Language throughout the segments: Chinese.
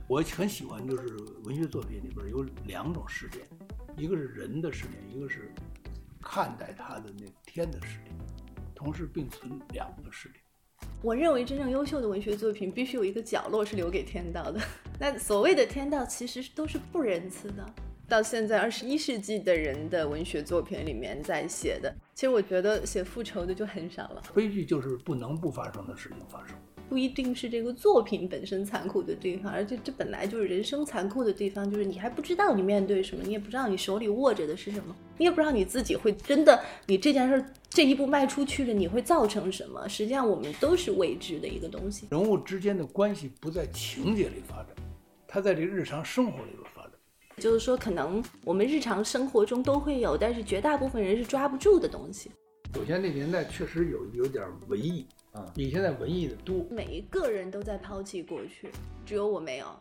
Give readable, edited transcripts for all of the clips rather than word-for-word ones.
我很喜欢就是文学作品里边有两种视点，一个是人的视点，一个是看待他的那天的视点，同时并存两个视点。 我认为真正优秀的文学作品必须有一个角落是留给天道的。那所谓的天道其实都是不仁慈的。到现在21世纪的人的文学作品里面在写的，其实我觉得写复仇的就很少了。 悲剧就是不能不发生的事情发生， 不一定是这个作品本身残酷的地方，而且这本来就是人生残酷的地方，就是你还不知道你面对什么，你也不知道你手里握着的是什么，你也不知道你自己会真的，你这件事这一步迈出去了，你会造成什么。实际上我们都是未知的一个东西。 人物之间的关系不在情节里发展，它在这个日常生活里边发展。 就是说可能我们日常生活中都会有，但是绝大部分人是抓不住的东西。 首先那年代确实有点文艺比现在文艺的多。 每一个人都在抛弃过去，只有我没有。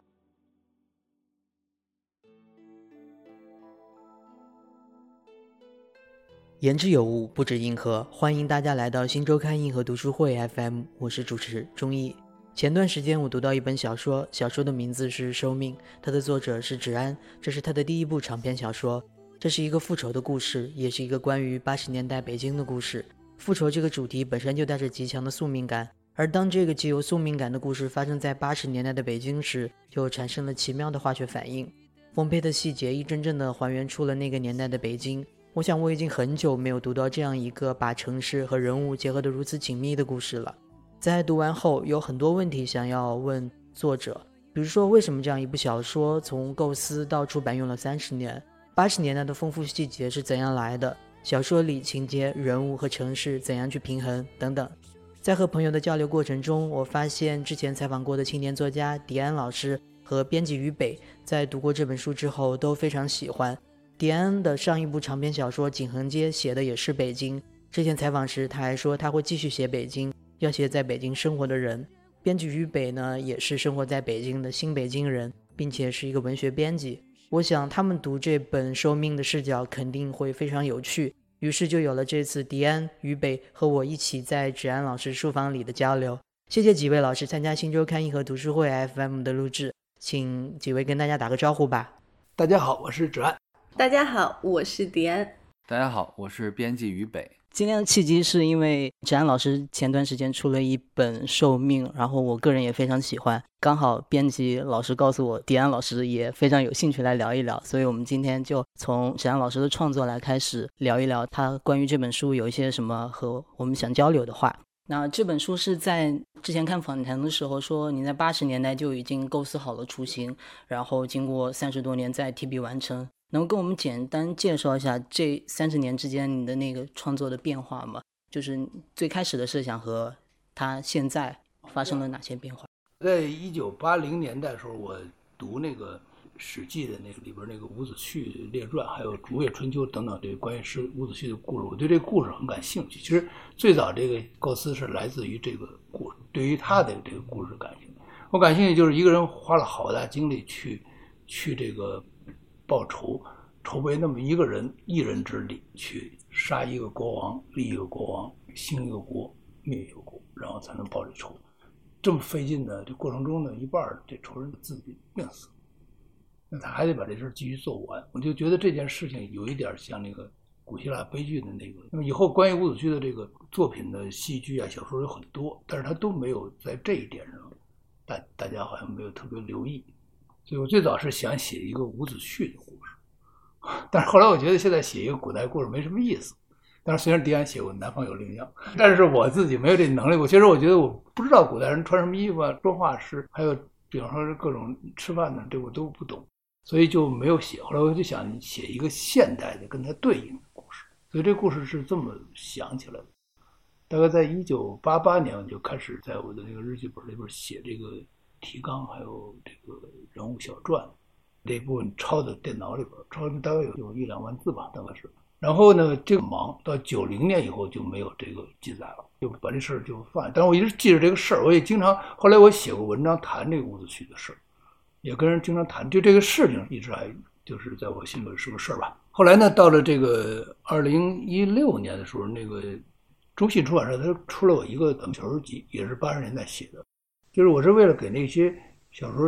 言之有物，不止硬核，欢迎大家来到新周刊硬核读书会 FM， 我是主持钟毅。前段时间我读到一本小说，小说的名字是《收命》，它的作者是芷安，这是他的第一部长篇小说。这是一个复仇的故事，也是一个关于80年代北京的故事。复仇这个主题本身就带着极强的宿命感，而当这个极有宿命感的故事发生在80年代的北京时，就产生了奇妙的化学反应。丰沛的细节一真正的还原出了那个年代的北京。我想我已经很久没有读到这样一个把城市和人物结合得如此紧密的故事了。在读完后有很多问题想要问作者，比如说为什么这样一部小说从构思到出版用了30年，80年代的丰富细节是怎样来的，小说里情节、人物和城市怎样去平衡等等。在和朋友的交流过程中，我发现之前采访过的青年作家迪安老师和编辑于北在读过这本书之后都非常喜欢。迪安的上一部长篇小说《景恒街》写的也是北京，之前采访时他还说他会继续写北京，要写在北京生活的人。编辑于北呢，也是生活在北京的新北京人，并且是一个文学编辑。我想他们读这本《收命》的视角肯定会非常有趣，于是就有了这次迪安、于北和我一起在芷安老师书房里的交流。谢谢几位老师参加新周刊硬核读书会 FM 的录制，请几位跟大家打个招呼吧。 大家好，我是芷安。 大家好，我是迪安。 大家好，我是编辑于北。 今天的契机是因为芷安老师前段时间出了一本《寿命》，然后我个人也非常喜欢，刚好编辑老师告诉我迪安老师也非常有兴趣来聊一聊，所以我们今天就从芷安老师的创作来开始聊一聊他关于这本书有一些什么和我们想交流的话。那这本书是在之前看访谈的时候说你在80年代就已经构思好了雏形，然后经过30多年再提笔完成，能够跟我们简单介绍一下这30年之间你的那个创作的变化吗？就是最开始的设想和它现在发生了哪些变化？ 在1980年代的时候，我读那个《史记》的那个里边那个伍子胥列传，还有《竹叶春秋》等等这个关于伍子胥的故事，我对这个故事很感兴趣。其实最早这个构思是来自于这个故事，对于他的这个故事感兴趣。我感兴趣就是一个人花了好大精力去这个报仇，筹备那么一个人一人之力去杀一个国王，立一个国王，兴一个国，灭一个国，然后才能报这仇。这么费劲的这过程中呢，一半这仇人自己病死，那他还得把这事继续做完。我就觉得这件事情有一点像那个古希腊悲剧的那个。那么以后关于伍子胥的这个作品的戏剧啊、小说有很多，但是他都没有在这一点上，大家好像没有特别留意。所以我最早是想写一个伍子胥的故事，但是后来我觉得现在写一个古代故事没什么意思。但是虽然迪安写过《南方有另样》，但是我自己没有这能力。我觉得我不知道古代人穿什么衣服啊，说话是，还有比方说各种吃饭的，这我都不懂，所以就没有写。后来我就想写一个现代的跟它对应的故事，所以这故事是这么想起来的。大概在1988年我就开始在我的那个日记本里边写这个提纲，还有这个人物小传，这部分抄在电脑里边，抄的大概有1-2万字吧，大概是。然后呢，这个忙到90年以后就没有这个记载了，就把这事儿就放下。但是我一直记着这个事儿，我也经常后来我写过文章谈这个伍子胥的事儿，也跟人经常谈，就这个事情一直还就是在我心里是个事儿吧。后来呢，到了这个2016年的时候，那个中信出版社它出了我一个短篇小说集，也是80年代写的，就是我是为了给那些小说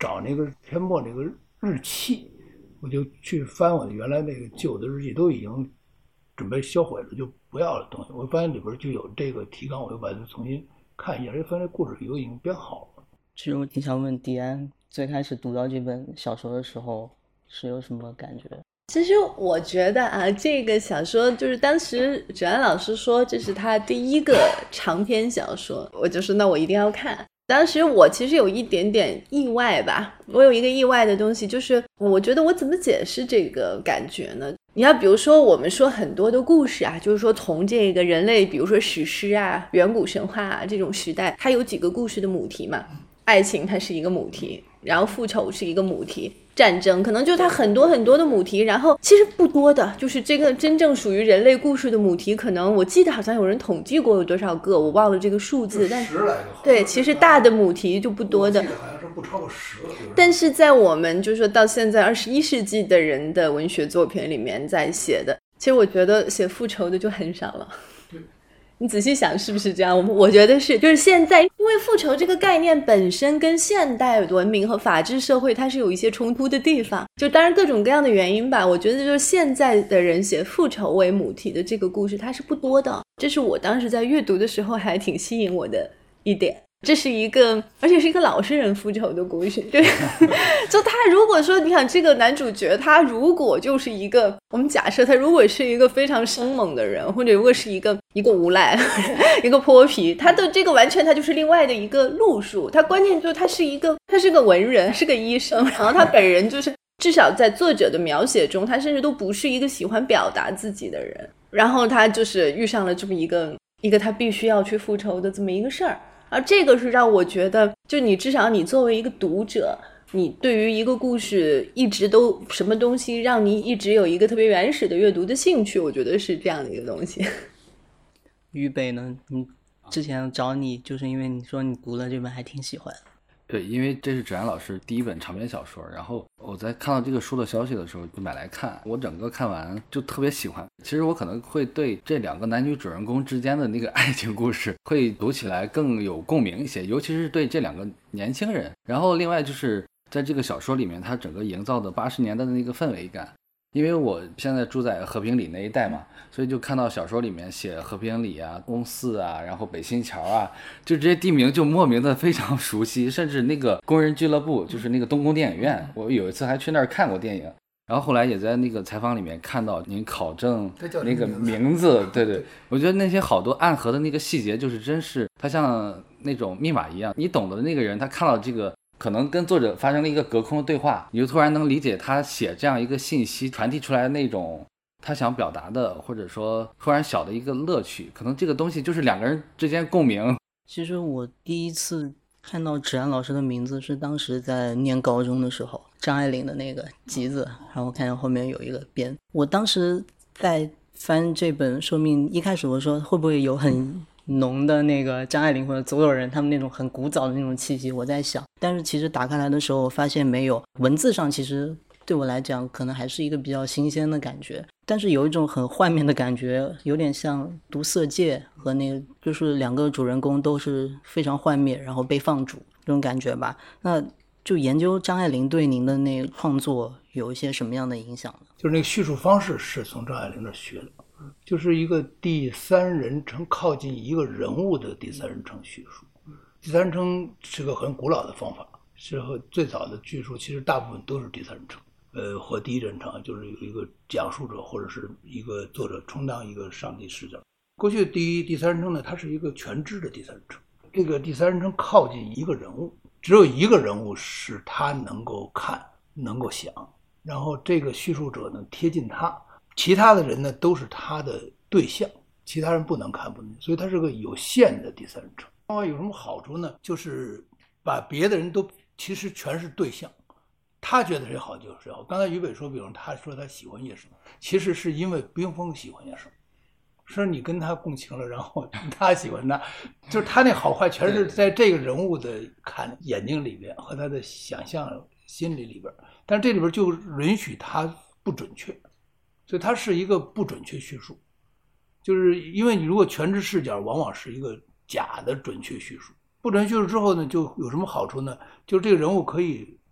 找那个天末那个日期，我就去翻我的原来那个旧的日记，都已经准备销毁了，就不要了东西。我发现里边就有这个提纲，我又把它重新看一下，发现故事已经编好了。 其实我挺想问迪安，最开始读到这本小说的时候是有什么感觉？ 其实我觉得啊，这个小说就是当时芷安老师说这是他第一个长篇小说，我就说那我一定要看。当时我其实有一点点意外吧，我有一个意外的东西，就是我觉得我怎么解释这个感觉呢？你要比如说我们说很多的故事啊，就是说从这个人类比如说史诗啊、远古神话啊这种时代，它有几个故事的母题嘛，爱情它是一个母题，然后复仇是一个母题，战争可能就它很多很多的母题，然后其实不多的，就是这个真正属于人类故事的母题，可能我记得好像有人统计过有多少个，我忘了这个数字，但 10来个。 对，其实大的母题就不多的， 我记得好像是不超过10个。 但是在我们就是说到现在21世纪的人的文学作品里面在写的，其实我觉得写复仇的就很少了。你仔细想是不是这样？我觉得是，就是现在因为复仇这个概念本身跟现代文明和法治社会它是有一些冲突的地方，就当然各种各样的原因吧，我觉得就是现在的人写复仇为母题的这个故事它是不多的，这是我当时在阅读的时候还挺吸引我的一点。这是一个，而且是一个老实人复仇的故事，对，就他如果说，你想这个男主角，他如果就是一个，我们假设他如果是一个非常生猛的人，或者如果是一个无赖，一个泼皮，他的这个完全他就是另外的一个路数，他关键就是他是个文人，是个医生，然后他本人就是至少在作者的描写中，他甚至都不是一个喜欢表达自己的人，然后他就是遇上了这么一个他必须要去复仇的这么一个事儿。而这个是让我觉得，就你至少你作为一个读者，你对于一个故事一直都什么东西让你一直有一个特别原始的阅读的兴趣，我觉得是这样的一个东西。 于北呢，你之前找你就是因为你说你读了这本还挺喜欢。 对，因为这是芷安老师第一本长篇小说，然后我在看到这个书的消息的时候就买来看，我整个看完就特别喜欢。其实我可能会对这2个男女主人公之间的那个爱情故事会读起来更有共鸣一些，尤其是对这2个年轻人。然后另外就是在这个小说里面，它整个营造的80年代的那个氛围感。因为我现在住在和平里那一带嘛，所以就看到小说里面写和平里啊、公寺啊，然后北新桥啊，就这些地名就莫名的非常熟悉，甚至那个工人俱乐部，就是那个东宫电影院，我有一次还去那儿看过电影。然后后来也在那个采访里面看到您考证那个名字，对对，我觉得那些好多暗合的那个细节，就是真是它像那种密码一样，你懂得的那个人，他看到这个可能跟作者发生了一个隔空的对话，你就突然能理解他写这样一个信息传递出来的那种他想表达的，或者说突然小的一个乐趣，可能这个东西就是2个人之间共鸣。 其实我第一次看到芷安老师的名字是当时在念高中的时候，张爱玲的那个集子，然后看到后面有一个编，我当时在翻这本说明，一开始我说会不会有很浓的那个张爱玲或者左右人他们那种很古早的那种气息，我在想，但是其实打开来的时候我发现没有，文字上其实对我来讲可能还是一个比较新鲜的感觉，但是有一种很幻灭的感觉，有点像读色戒和那个就是2个主人公都是非常幻灭然后被放逐这种感觉吧。那就研究张爱玲对您的那个创作有一些什么样的影响呢？ 就是那个叙述方式是从张爱玲那学的，就是一个第三人称靠近一个人物的第三人称叙述。第三人称是个很古老的方法，是和最早的叙述其实大部分都是第三人称，或第一人称，就是有一个讲述者或者是一个作者充当一个上帝视角。过去第三人称呢，它是一个全知的第三人称，这个第三人称靠近一个人物，只有一个人物是他能够看能够想，然后这个叙述者呢贴近他，其他的人呢都是他的对象，其他人不能看不能，所以它是个有限的第三人称。有什么好处呢？就是把别的人都其实全是对象，他觉得谁好就是谁好。刚才于北说，比如他说他喜欢叶生，其实是因为冰封喜欢叶生，是你跟他共情了，然后他喜欢他，就是他那好坏全是在这个人物的看眼睛里边和他的想象心理里边，但是这里边就允许他不准确，所以它是一个不准确叙述，就是因为你如果全知视角往往是一个假的准确叙述，不准确叙述之后呢，就有什么好处呢？就是这个人物可以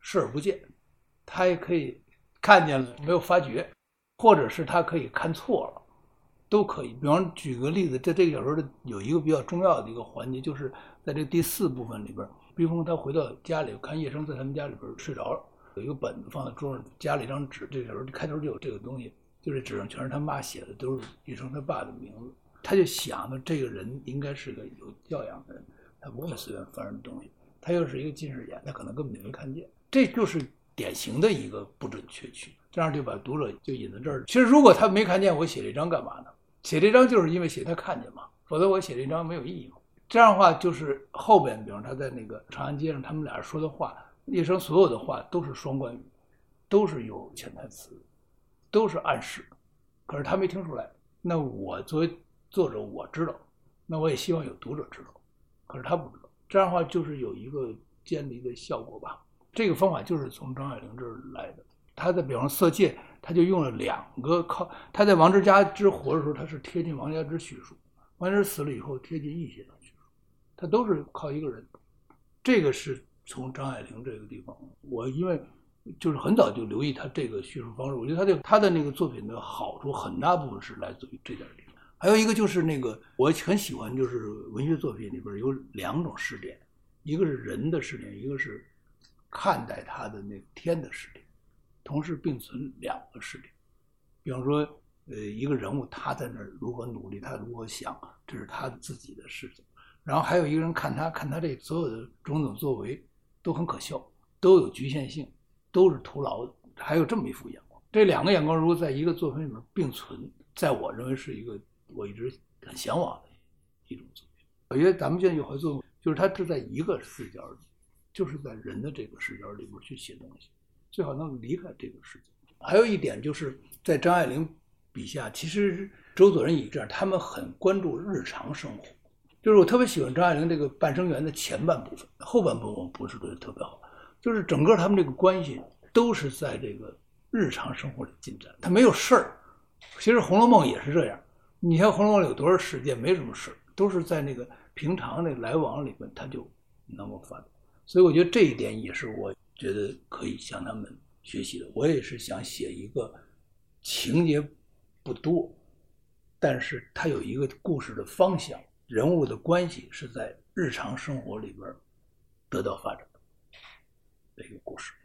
视而不见，他也可以看见了没有发觉，或者是他可以看错了，都可以。比方举个例子，在这个小说的有一个比较重要的一个环节，就是在这第4部分里边，冰峰他回到家里看叶生在他们家里边睡着了，有一个本子放在桌上，夹了一张纸，这个小说开头就有这个东西，就这纸上全是他妈写的，都是叶生他爸的名字。他就想着这个人应该是个有教养的人，他不会随便翻人东西，他又是一个近视眼，他可能根本就没看见，这就是典型的一个不准确区，这样就把读者就引到这儿。其实如果他没看见，我写这张干嘛呢？写这张就是因为写他看见嘛，否则我写这张没有意义嘛。这样的话就是后边，比方他在那个长安街上，他们俩说的话，叶生所有的话都是双关语，都是有潜台词，都是暗示，可是他没听出来。那我作为作者我知道，那我也希望有读者知道，可是他不知道。这样的话就是有一个监离的效果吧。这个方法就是从张爱玲这儿来的。他在比方色戒，他就用了2个靠，他在王之嘉之活的时候，他是贴近王家之叙述，王家之死了以后贴近易先生叙述，他都是靠一个人。这个是从张爱玲这个地方，我因为就是很早就留意他这个叙述方式，我觉得他的那个作品的好处很大部分是来自于这点地方。还有一个就是那个我很喜欢，就是文学作品里边有2种视点，一个是人的视点，一个是看待他的那天的视点，同时并存2个视点。比方说一个人物他在那儿如何努力，他如何想，这是他自己的视角。然后还有一个人看他这所有的种种作为都很可笑，都有局限性，都是徒劳的，还有这么一副眼光。这2个眼光如果在一个作品里面并存，在我认为是一个我一直很向往的一种作品。我觉得咱们现在有合作，就是他是在一个视角里，就是在人的这个视角里边去写东西，最好能离开这个视角。还有一点就是在张爱玲笔下，其实周作人也这样，他们很关注日常生活。就是我特别喜欢张爱玲这个《半生缘》的前半部分，后半部分我不是觉得特别好，就是整个他们这个关系都是在这个日常生活里进展，他没有事儿。其实《红楼梦》也是这样，你看《红楼梦》里有多少事件，没什么事儿，都是在那个平常的来往里面，他就能够发展。所以我觉得这一点也是我觉得可以向他们学习的。我也是想写一个情节不多，但是它有一个故事的方向，人物的关系是在日常生活里边得到发展的一个故事。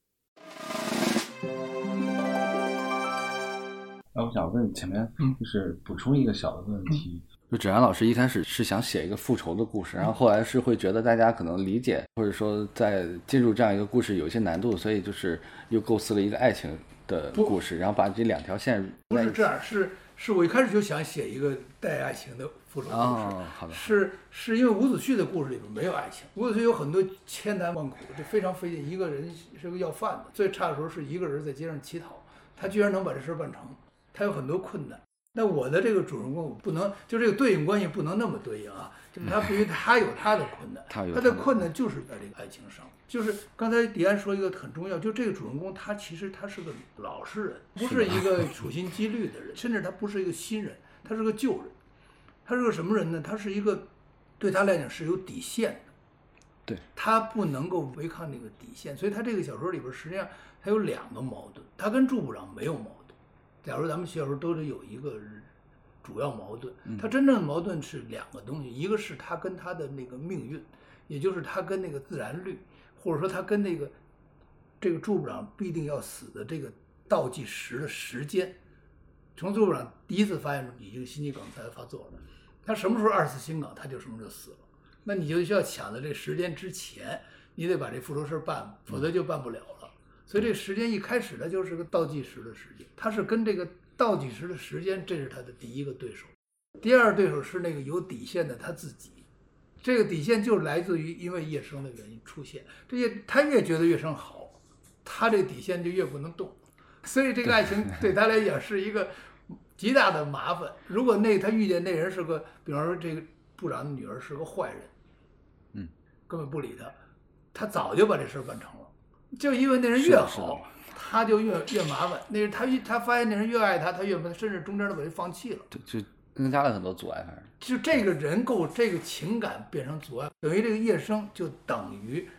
我想问前面就是补充一个小的问题，就芷安老师一开始是想写一个复仇的故事，然后后来是会觉得大家可能理解或者说在进入这样一个故事有一些难度，所以就是又构思了一个爱情的故事，然后把这2条线不是这样，是我一开始就想写一个带爱情的复仇故事。 好的。 是因为伍子胥的故事里边没有爱情，伍子胥有很多千难万苦，就非常费劲。一个人是个要饭的，最差的时候是一个人在街上乞讨，他居然能把这事办成，他有很多困难。那我的这个主人公不能，就这个对应关系不能那么对应啊，就是他必须他有他的困难，他的困难就是在这个爱情上。就是刚才迪安说一个很重要，就这个主人公他其实他是个老实人，不是一个处心积虑的人，甚至他不是一个新人，他是个旧人。他是个什么人呢？他是一个对他来讲是有底线的， 对，他不能够违抗那个底线。所以他这个小说里边实际上他有2个矛盾，他跟祝部长没有矛盾。假如咱们写小说都得有一个主要矛盾，他真正的矛盾是2个东西，一个是他跟他的那个命运，也就是他跟那个自然律，或者说他跟那个这个祝部长必定要死的这个倒计时的时间。从祝部长第一次发现已经心肌梗塞发作了，他什么时候2次心梗，他就什么时候死了。那你就需要抢在这时间之前，你得把这复仇事办，否则就办不了了。所以这时间一开始它就是个倒计时的时间，他是跟这个倒计时的时间，这是他的第一个对手。第2个对手是那个有底线的他自己，这个底线就来自于因为叶生的原因出现，他越觉得叶生好，他这个底线就越不能动。所以这个爱情对他来讲是一个极大的麻烦。如果他遇见那人是个，比方说这个部长的女儿是个坏人，根本不理他，他早就把这事办成了。就因为那人越好，他就越麻烦。那人他发现那人越爱他，他越甚至中间都把他放弃了， 就增加了很多阻碍。反正就这个人构这个情感变成阻碍，等于这个叶生就等于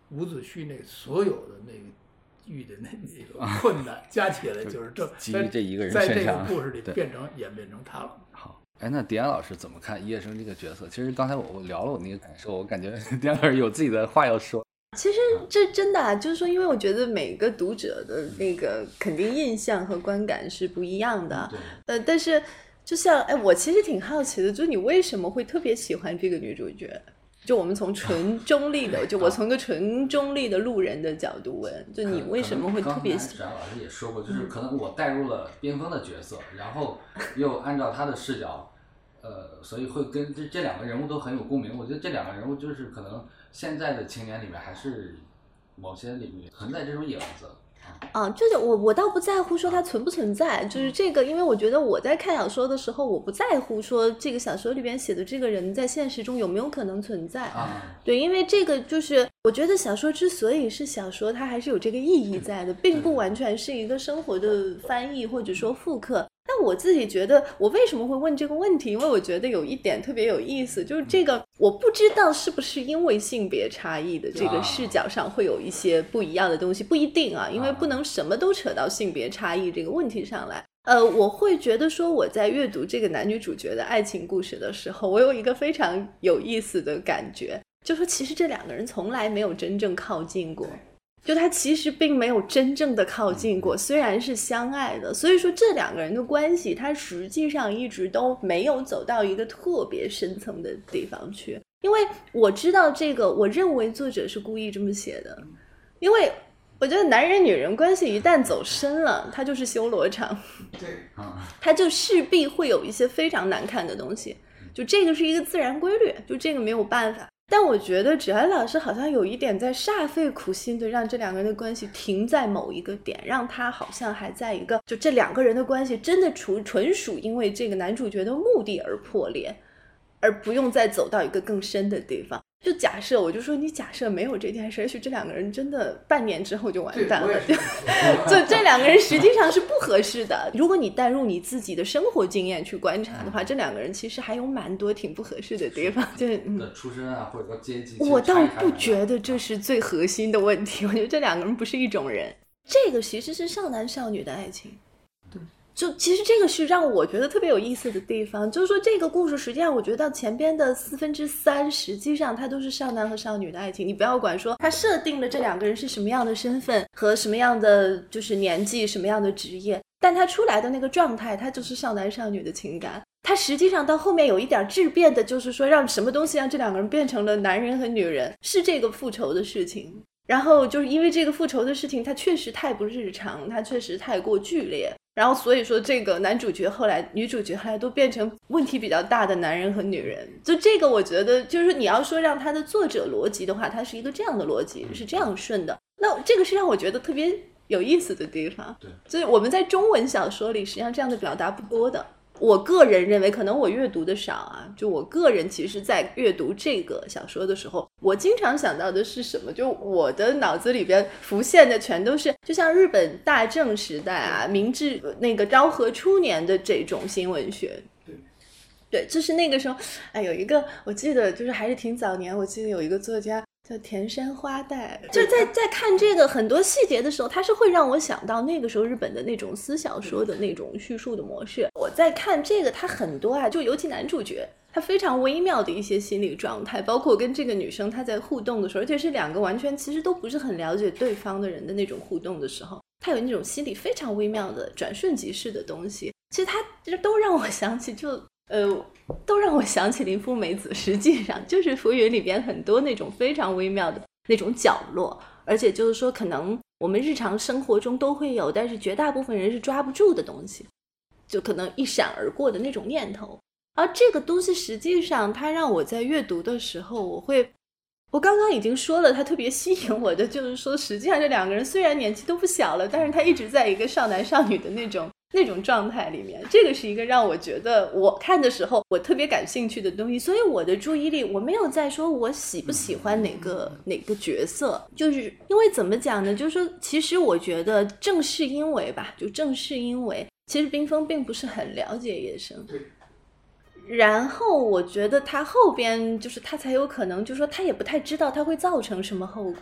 伍子胥那所有的那个遇的那个困难加起来就是基于这一个人在身上， 这个故事里演变成他了。 好，哎，那迪安老师怎么看叶生这个角色？其实刚才我聊了我那个感受，我感觉迪安老师有自己的话要说。 其实这真的啊，就是说，因为我觉得每个读者的那个肯定印象和观感是不一样的。但是就像我其实挺好奇的，就是你为什么会特别喜欢这个女主角？就我们从纯中立的，就我从个纯中立的路人的角度问，就你为什么会特别喜欢？ 刚才老师也说过，就是可能我带入了边锋的角色，然后又按照他的视角。所以会跟这两个人物都很有共鸣。我觉得这两个人物就是可能现在的青年里面还是某些领域存在这种影子。 就是我倒不在乎说它存不存在，就是这个，因为我觉得我在看小说的时候，我不在乎说这个小说里边写的这个人在现实中有没有可能存在。对，因为这个就是我觉得小说之所以是小说，它还是有这个意义在的，并不完全是一个生活的翻译或者说复刻。但我自己觉得，我为什么会问这个问题？因为我觉得有一点特别有意思，就是这个我不知道是不是因为性别差异的这个视角上会有一些不一样的东西，不一定啊，因为不能什么都扯到性别差异这个问题上来。我会觉得说我在阅读这个男女主角的爱情故事的时候，我有一个非常有意思的感觉，就说其实这两个人从来没有真正靠近过。就他其实并没有真正的靠近过，虽然是相爱的，所以说这两个人的关系他实际上一直都没有走到一个特别深层的地方去。因为我知道这个，我认为作者是故意这么写的，因为我觉得男人女人关系一旦走深了，它就是修罗场， 对， 它就势必会有一些非常难看的东西，就这个是一个自然规律，就这个没有办法。但我觉得芷安老师好像有一点在煞费苦心的让这两个人的关系停在某一个点，让他好像还在一个就这两个人的关系真的纯属因为这个男主角的目的而破裂，而不用再走到一个更深的地方。就假设我就说你假设没有这件事，也许这两个人真的半年之后就完蛋了，就这两个人实际上是不合适的。如果你带入你自己的生活经验去观察的话，这两个人其实还有蛮多挺不合适的地方，就是的出身啊，或者说阶级， 我倒不觉得这是最核心的问题。我觉得这两个人不是一种人，这个其实是少男少女的爱情。就其实这个是让我觉得特别有意思的地方，就是说这个故事实际上我觉得到前边的3/4实际上它都是少男和少女的爱情。你不要管说他设定了这两个人是什么样的身份和什么样的就是年纪什么样的职业，但他出来的那个状态它就是少男少女的情感。他实际上到后面有一点质变的，就是说让什么东西让这两个人变成了男人和女人，是这个复仇的事情。然后就是因为这个复仇的事情它确实太不日常，它确实太过剧烈，然后所以说这个男主角后来女主角后来都变成问题比较大的男人和女人。就这个我觉得就是你要说让他的作者逻辑的话，它是一个这样的逻辑，是这样顺的。那这个是让我觉得特别有意思的地方。 对， 就是我们在中文小说里实际上这样的表达不多的。我个人认为可能我阅读的少啊，就我个人其实在阅读这个小说的时候，我经常想到的是什么，就我的脑子里边浮现的全都是就像日本大正时代啊，明治那个昭和初年的这种新文学。对，就是那个时候有一个我记得就是还是挺早年，我记得有一个作家叫田山花代，就在看这个很多细节的时候，它是会让我想到那个时候日本的那种私小说的那种叙述的模式。我在看这个，它很多就尤其男主角，他非常微妙的一些心理状态，包括跟这个女生他在互动的时候，而且是两个完全其实都不是很了解对方的人的那种互动的时候，他有那种心理非常微妙的转瞬即逝的东西。其实他都让我想起都让我想起林芙美子，实际上就是浮云里边很多那种非常微妙的那种角落，而且就是说可能我们日常生活中都会有，但是绝大部分人是抓不住的东西，就可能一闪而过的那种念头。而这个东西实际上它让我在阅读的时候，我刚刚已经说了，它特别吸引我的就是说实际上这两个人虽然年纪都不小了，但是他一直在一个少男少女的那种状态里面。这个是一个让我觉得我看的时候我特别感兴趣的东西，所以我的注意力我没有在说我喜不喜欢哪个角色，就是因为怎么讲呢，就是说其实我觉得正是因为其实冰封并不是很了解叶生，然后我觉得他后边就是他才有可能就是说他也不太知道他会造成什么后果，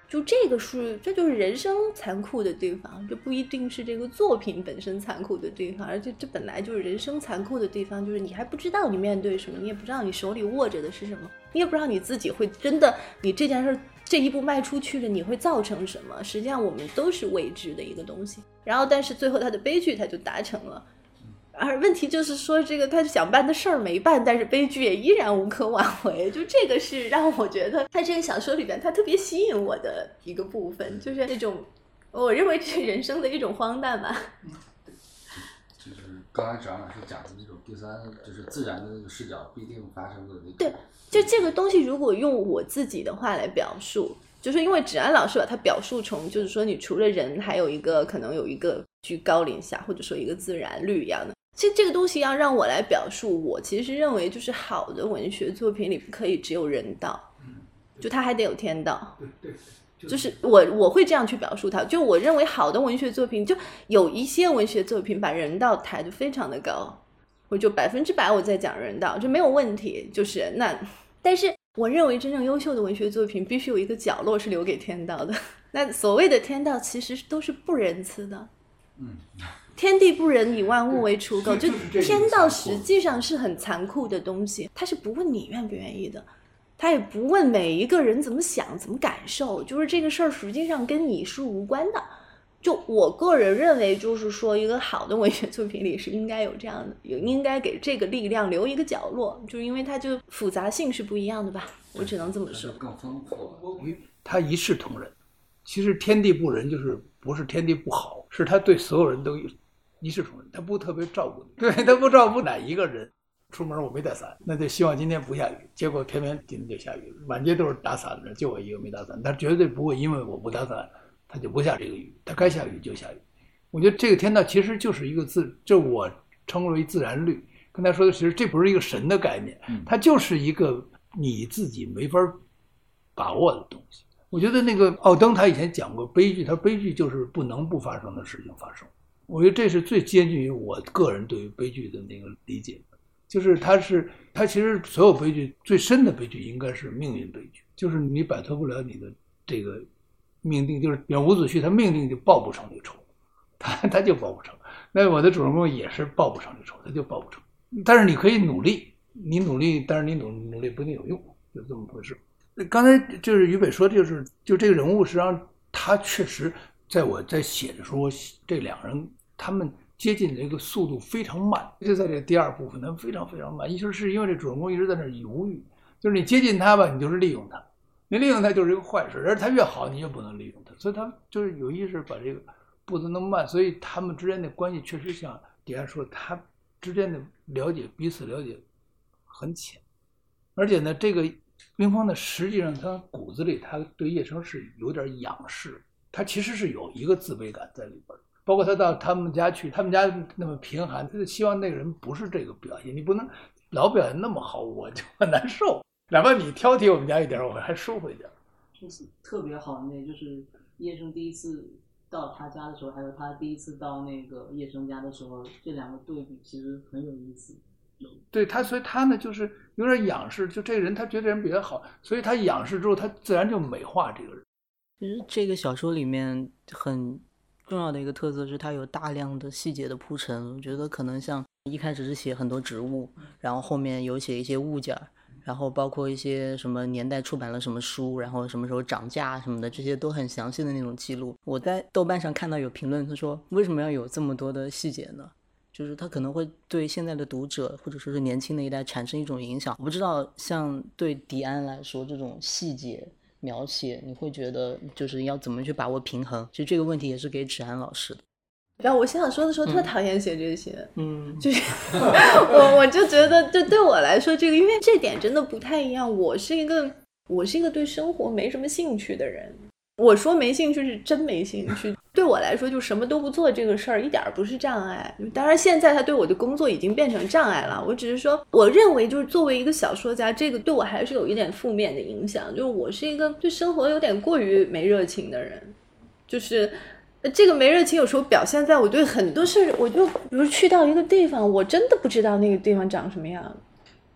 就这就是人生残酷的地方，这不一定是这个作品本身残酷的地方，而且这本来就是人生残酷的地方，就是你还不知道你面对什么，你也不知道你手里握着的是什么，你也不知道你自己会真的，你这件事这一步迈出去了，你会造成什么？实际上我们都是未知的一个东西。然后，但是最后他的悲剧他就达成了。而问题就是说，这个他想办的事儿没办，但是悲剧也依然无可挽回。就这个是让我觉得，在这个小说里边，它特别吸引我的一个部分，就是那种我认为这是人生的一种荒诞吧。 就是刚才张老师讲的那种第三，就是自然的那个视角不一定发生的那种。 对，就这个东西，如果用我自己的话来表述，就是因为芷安老师把它表述成，就是说你除了人，还有一个可能有一个居高临下，或者说一个自然律一样的。这个东西要让我来表述，我其实认为就是好的文学作品里不可以只有人道，就它还得有天道。 对， 就是我会这样去表述它。就我认为好的文学作品，就有一些文学作品把人道抬得非常的高，我就100%我在讲人道，这没有问题。就是那，但是我认为真正优秀的文学作品必须有一个角落是留给天道的。那所谓的天道其实都是不仁慈的。天地不仁，以万物为刍狗。就天道实际上是很残酷的东西，它是不问你愿不愿意的，他也不问每一个人怎么想怎么感受，就是这个事儿实际上跟你是无关的。就我个人认为，就是说一个好的文学作品里是应该有这样的，应该给这个力量留一个角落，就是因为它就复杂性是不一样的吧，我只能这么说。 更丰富。 他一视同仁。其实天地不仁就是不是天地不好，是他对所有人都一视同仁，他不特别照顾你，对，他不照顾哪一个人。出门我没带伞，那就希望今天不下雨，结果偏偏今天就下雨，满街都是打伞的人，就我一个没打伞。他绝对不会因为我不打伞他就不下这个雨，他该下雨就下雨。我觉得这个天道其实就是一个就我称为自然律。跟他说的其实这不是一个神的概念，它就是一个你自己没法把握的东西。我觉得那个奥登他以前讲过悲剧，他悲剧就是不能不发生的事情发生。我觉得这是最接近于我个人对于悲剧的那个理解。就是它其实所有悲剧最深的悲剧应该是命运悲剧，就是你摆脱不了你的这个命定，就是比如伍子胥他命定就报不成这个仇，他就报不成。那我的主人公也是报不成这仇，他就报不成。但是你可以努力，你努力，但是你努力不一定有用，就这么回事。刚才就是于北说，就这个人物实际上他确实在我在写的时候，这两人他们接近的这个速度非常慢，就在这个第二部分他们非常非常慢。是因为这主人公一直在那犹豫，就是你接近他吧，你就是利用他，你利用他就是一个坏事，而他越好你越不能利用他，所以他就是有意识把这个步子那么慢，所以他们之间的关系确实像底下说，他之间的彼此了解很浅。而且呢，这个冰峰呢，实际上他骨子里他对叶生是有点仰视，他其实是有一个自卑感在里边。包括他到他们家去，他们家那么贫寒，他就希望那个人不是这个表现，你不能老表现那么好，我就很难受。哪怕你挑剔我们家一点，我还舒服一点。 就是特别好的那，就是叶生第一次到他家的时候，还有他第一次到那个叶生家的时候，这两个对比其实很有意思。 对他，所以他呢就是有点仰视，就这个人他觉得人比他好，所以他仰视之后，他自然就美化这个人。 其实这个小说里面很重要的一个特色是它有大量的细节的铺陈。我觉得可能像一开始是写很多植物，然后后面有写一些物件，然后包括一些什么年代出版了什么书，然后什么时候涨价什么的，这些都很详细的那种记录。我在豆瓣上看到有评论，他说为什么要有这么多的细节呢？就是它可能会对现在的读者或者说是年轻的一代产生一种影响。我不知道像对迪安来说，这种细节描写你会觉得就是要怎么去把握平衡，其实这个问题也是给芷安老师的。 然后我想说的时候特讨厌写这些，就是我就觉得，就对我来说，这个因为这点真的不太一样。我是一个对生活没什么兴趣的人。我说没兴趣是真没兴趣，对我来说就什么都不做这个事儿一点不是障碍。当然现在他对我的工作已经变成障碍了，我只是说我认为就是作为一个小说家，这个对我还是有一点负面的影响。就是我是一个对生活有点过于没热情的人，就是这个没热情有时候表现在我对很多事，我就比如去到一个地方，我真的不知道那个地方长什么样，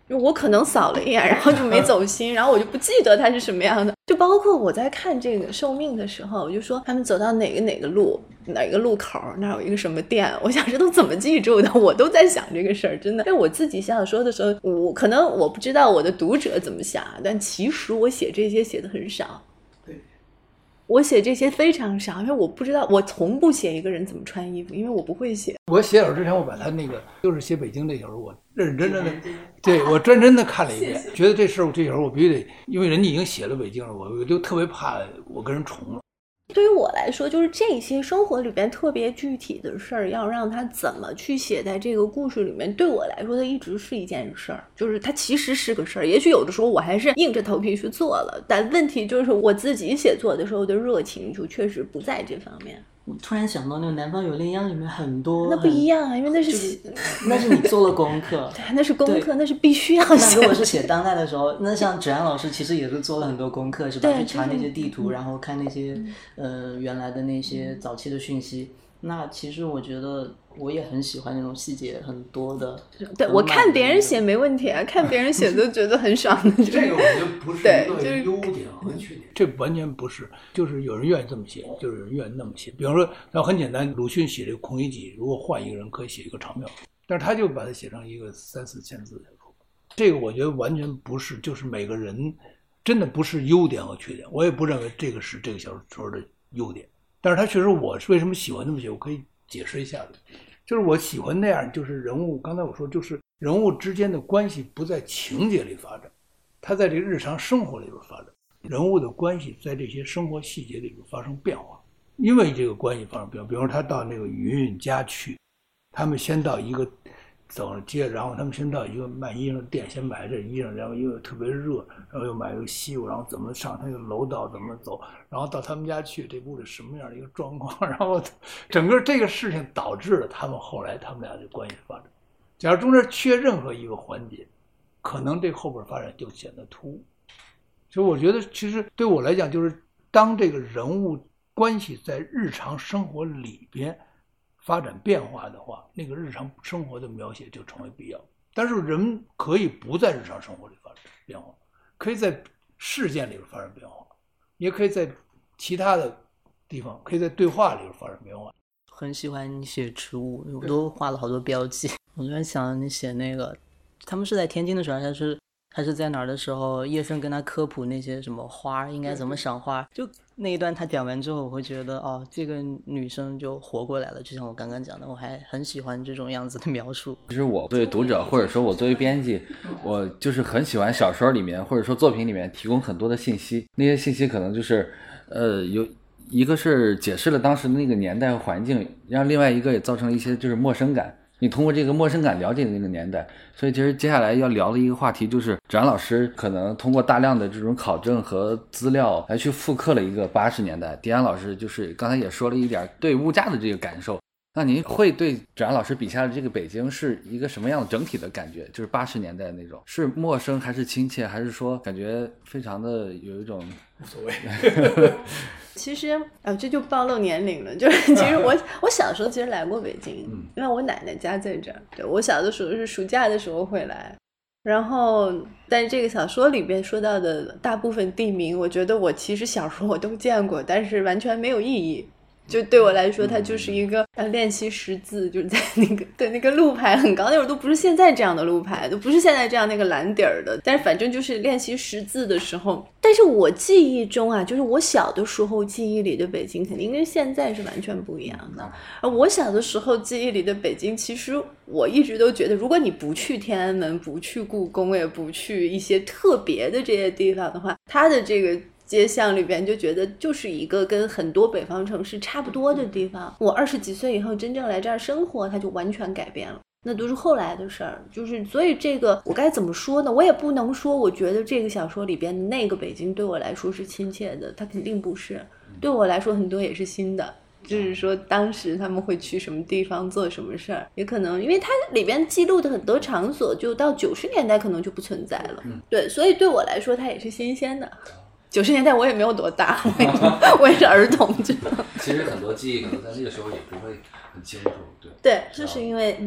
我可能扫了一眼，然后就没走心，然后我就不记得它是什么样的。就包括我在看这个寿命的时候，我就说他们走到哪个路，哪个路口那有一个什么店，我想这都怎么记住的，我都在想这个事儿，真的。因为我自己想说的时候，可能我不知道我的读者怎么想，但其实我写这些写的很少。我写这些非常少，因为我不知道，我从不写一个人怎么穿衣服，因为我不会写。 我写小说之前，我把他那个就是写北京那小说，我认真的，对我认真的看了一遍，觉得这事儿这小说我必须得，因为人家已经写了北京了，我就特别怕我跟人重了。 对于我来说，就是这些生活里边特别具体的事儿，要让他怎么去写在这个故事里面，对我来说，它一直是一件事儿，就是它其实是个事儿。也许有的时候我还是硬着头皮去做了，但问题就是我自己写作的时候的热情就确实不在这方面。 我突然想到那个《南方有烈阳》里面很多， 那不一样啊，因为那是那是你做了功课， 对，那是功课，那是必须要写。 那如果是写当代的时候，那像芷安老师其实也是做了很多功课，是吧？去查那些地图，然后看那些原来的那些早期的讯息。那其实我觉得我也很喜欢那种细节很多的。 对，我看别人写没问题啊，看别人写都觉得很爽的。 这个我觉得不是一个优点和缺点，这完全不是，就是有人愿意这么写，就是有人愿意那么写。比方说，那很简单，鲁迅写这个《孔乙己》，如果换一个人可以写一个长篇，但是他就把它写成一个3-4千字的小说。这个我觉得完全不是，就是每个人真的不是优点和缺点，我也不认为这个是这个小说的优点。但是他确实，我是为什么喜欢这么写，我可以解释一下的。就是我喜欢那样，就是人物，刚才我说，就是人物之间的关系不在情节里发展，他在这个日常生活里边发展，人物的关系在这些生活细节里边发生变化，因为这个关系发生变化。比如说他到那个云云家去，他们先到一个走上街，然后他们先到一个卖衣裳的店，先买这衣裳，然后因为特别热，然后又买个西瓜，然后怎么上他那个楼道，怎么走，然后到他们家去，这屋里什么样的一个状况，然后整个这个事情导致了他们后来他们俩的关系发展。假如中间缺任何一个环节，可能这后边发展就显得突兀。所以我觉得其实对我来讲，就是当这个人物关系在日常生活里边发展变化的话，那个日常生活的描写就成为必要。但是人可以不在日常生活里发展变化，可以在事件里边发生变化，也可以在其他的地方，可以在对话里边发生变化。 很喜欢你写植物，我都画了好多标记。我在想你写那个，他们是在天津的时候，还是在哪儿的时候，叶生跟他科普那些什么花应该怎么赏花，就那一段他讲完之后，我会觉得哦，这个女生就活过来了，就像我刚刚讲的，我还很喜欢这种样子的描述。 其实我作为读者，或者说我作为编辑，我就是很喜欢小说里面或者说作品里面提供很多的信息，那些信息可能就是有一个是解释了当时的那个年代和环境，让另外一个也造成了一些就是陌生感，你通过这个陌生感了解那个年代。所以其实接下来要聊的一个话题就是芷安老师可能通过大量的这种考证和资料来去复刻了一个80年代。迪安老师就是刚才也说了一点对物价的这个感受，那您会对芷安老师笔下的这个北京是一个什么样的整体的感觉？就是80年代那种，是陌生还是亲切，还是说感觉非常的有一种无所谓？ 其实这就暴露年龄了。就是其实我小时候其实来过北京，因为我奶奶家在这儿。对，我小的时候是暑假的时候会来，然后但是这个小说里边说到的大部分地名，我觉得我其实小时候我都见过，但是完全没有意义。就对我来说，它就是一个练习识字，就是在那个路牌很高，那会儿都不是现在这样的路牌，都不是现在这样那个蓝底儿的，但是反正就是练习识字的时候。但是我记忆中啊，就是我小的时候记忆里的北京肯定跟现在是完全不一样的。而我小的时候记忆里的北京，其实我一直都觉得，如果你不去天安门，不去故宫，也不去一些特别的这些地方的话，它的这个街巷里边就觉得就是一个跟很多北方城市差不多的地方。我20几岁以后真正来这儿生活，它就完全改变了，那都是后来的事儿。就是所以这个我该怎么说呢？我也不能说我觉得这个小说里边的那个北京对我来说是亲切的，它肯定不是。对我来说很多也是新的，就是说当时他们会去什么地方做什么事儿，也可能因为它里边记录的很多场所就到90年代可能就不存在了。对，所以对我来说它也是新鲜的。90年代我也没有多大，我也是儿童。 其实很多记忆可能在那个时候也不会很清楚。对， 对，就是因为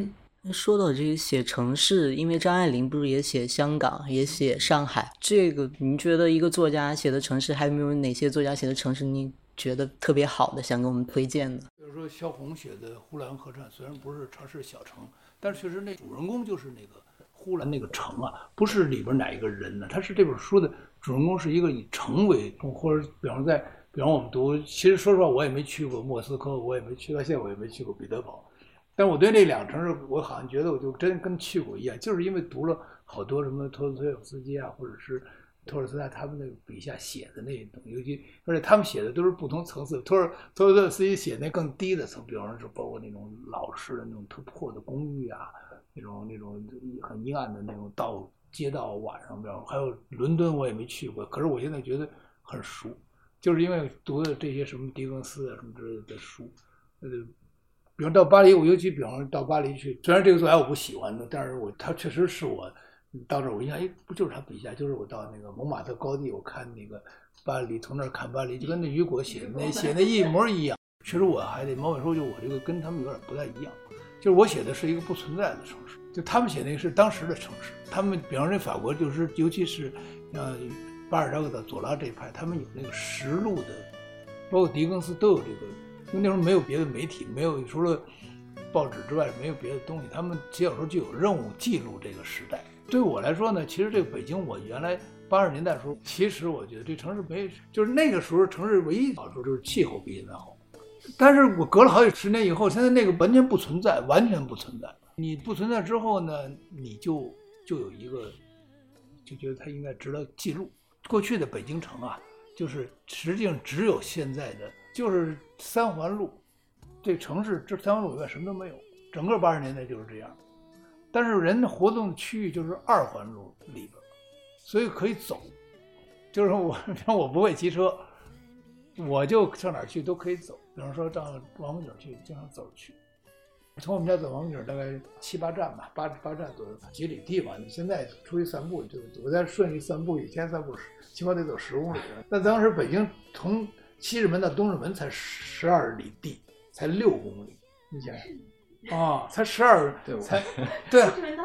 说到这个写城市，因为张爱玲不是也写香港，也写上海，这个您觉得一个作家写的城市，还有没有哪些作家写的城市你觉得特别好的，想给我们推荐的？ 比如说萧红写的《呼兰河传》，虽然不是城市小城，但是确实那主人公就是那个呼兰那个城啊，不是里边哪一个人呢？他是这本书的主人公是一个以城为中，或者比方我们读，其实说实话我也没去过莫斯科，我也没去到现在我也没去过彼得堡。但我对那两个城市，我好像觉得我就真跟去过一样，就是因为读了好多什么托斯托耶夫斯基啊，或者是托尔斯泰他们那个笔下写的那种，尤其而且他们写的都是不同层次。托尔斯泰斯基写那更低的层，比方说包括那种老式的那种特破的公寓啊，那种很阴暗的那种街道晚上，比方还有伦敦我也没去过，可是我现在觉得很熟，就是因为读的这些什么狄更斯啊什么之类的书，比如到巴黎，我尤其比方说到巴黎去，虽然这个作家我不喜欢的，但是他确实是我到这儿我印象，不就是他笔下，就是我到那个蒙马特高地，我看那个巴黎，从那儿看巴黎，就跟那雨果写的一模一样。其实我还得某种说，就我这个跟他们有点不太一样，就是我写的是一个不存在的城市，就他们写那个是当时的城市。他们比方说法国，就是尤其是巴尔扎克的左拉这一派，他们有那个实录的，包括狄更斯都有这个。因为那时候没有别的媒体，没有除了报纸之外没有别的东西，他们写小说就有任务记录这个时代。对我来说呢，其实这个北京，我原来80年代的时候，其实我觉得这城市就是那个时候城市唯一好处就是气候比现在好。但是我隔了好几十年以后，现在那个完全不存在，完全不存在。你不存在之后呢，你就有一个，就觉得它应该值得记录。过去的北京城啊，就是实际上只有现在的。就是三环路，这城市这三环路以外什么都没有，整个80年代就是这样。但是人的活动区域就是2环路里边，所以可以走。就是我不会骑车，我就上哪儿去都可以走。比方说到王府井去，经常走去。从我们家走王府井大概7、8站吧，8站左右，几里地嘛。你现在出去散步，就我在顺义散步，以前散步起码得走10公里。那当时北京从西直门到东直门才12里地，才6公里，你想想，才12，对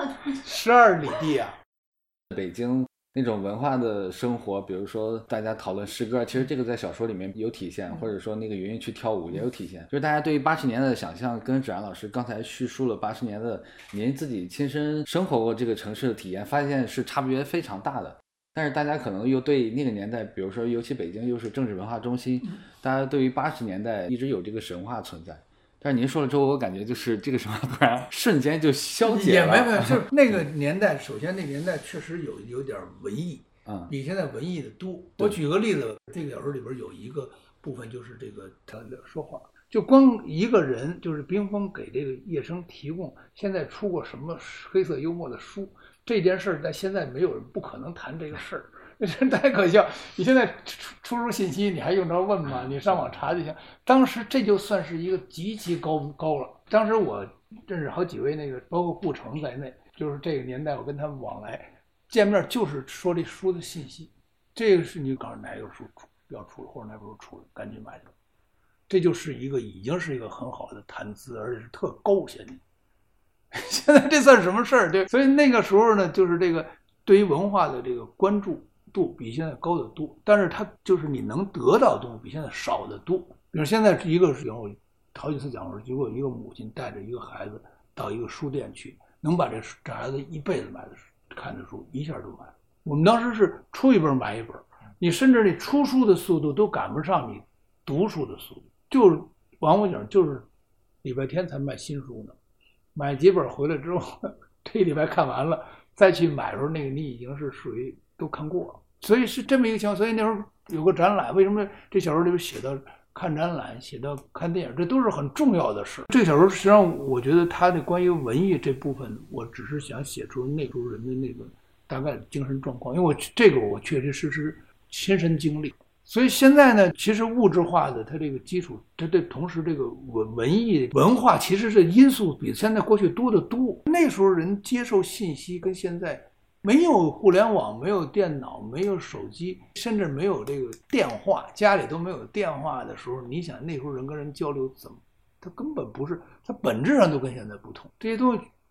，12里地啊。 北京那种文化的生活，比如说大家讨论诗歌，其实这个在小说里面有体现，或者说那个云云去跳舞也有体现。就是大家对于80年代的想象，跟芷安老师刚才叙述了80年的您自己亲身生活过这个城市的体验，发现是差别非常大的。但是大家可能又对那个年代，比如说尤其北京又是政治文化中心，大家对于80年代一直有这个神话存在。但是您说了之后，我感觉就是这个神话突然瞬间就消解了。 也没有，就是那个年代，首先那个年代确实有点文艺，比现在文艺的多。我举个例子，这个小说里边有一个部分就是这个他说话，就光一个人，就是冰封给这个叶生提供现在出过什么黑色幽默的书。这件事在现在没有人不可能谈这个事儿，这真太可笑。你现在出入信息，你还用着问吗？你上网查就行。当时这就算是一个极其高了。当时我认识好几位那个，包括顾城在内，就是这个年代我跟他们往来见面，就是说这书的信息。这个是你告诉哪个书要出了，或者哪本书出了，赶紧买去。这就是已经是一个很好的谈资，而且是特高现在。现在这算什么事儿？对，所以那个时候呢，就是这个对于文化的这个关注度比现在高得多，但是它就是你能得到的东西比现在少得多。比如现在一个是我好几次讲过，如果一个母亲带着一个孩子到一个书店去，能把这孩子一辈子买的看的书一下就买了。我们当时是出一本买一本，你甚至你出书的速度都赶不上你读书的速度。就是王府井就是礼拜天才卖新书呢。买几本回来之后，这一礼拜看完了，再去买的时候，那个你已经是属于都看过了，所以是这么一个情况。所以那时候有个展览，为什么这小说里边写到看展览，写到看电影，这都是很重要的事。这个小说实际上，我觉得它的关于文艺这部分，我只是想写出那时候人的那个大概的精神状况，因为我确确实实亲身经历。所以现在呢，其实物质化的它这个基础，它对同时这个文艺文化其实是因素比现在过去多得多。那时候人接受信息跟现在没有互联网，没有电脑，没有手机，甚至没有这个电话，家里都没有电话的时候，你想那时候人跟人交流怎么？它根本不是，它本质上都跟现在不同。这些东西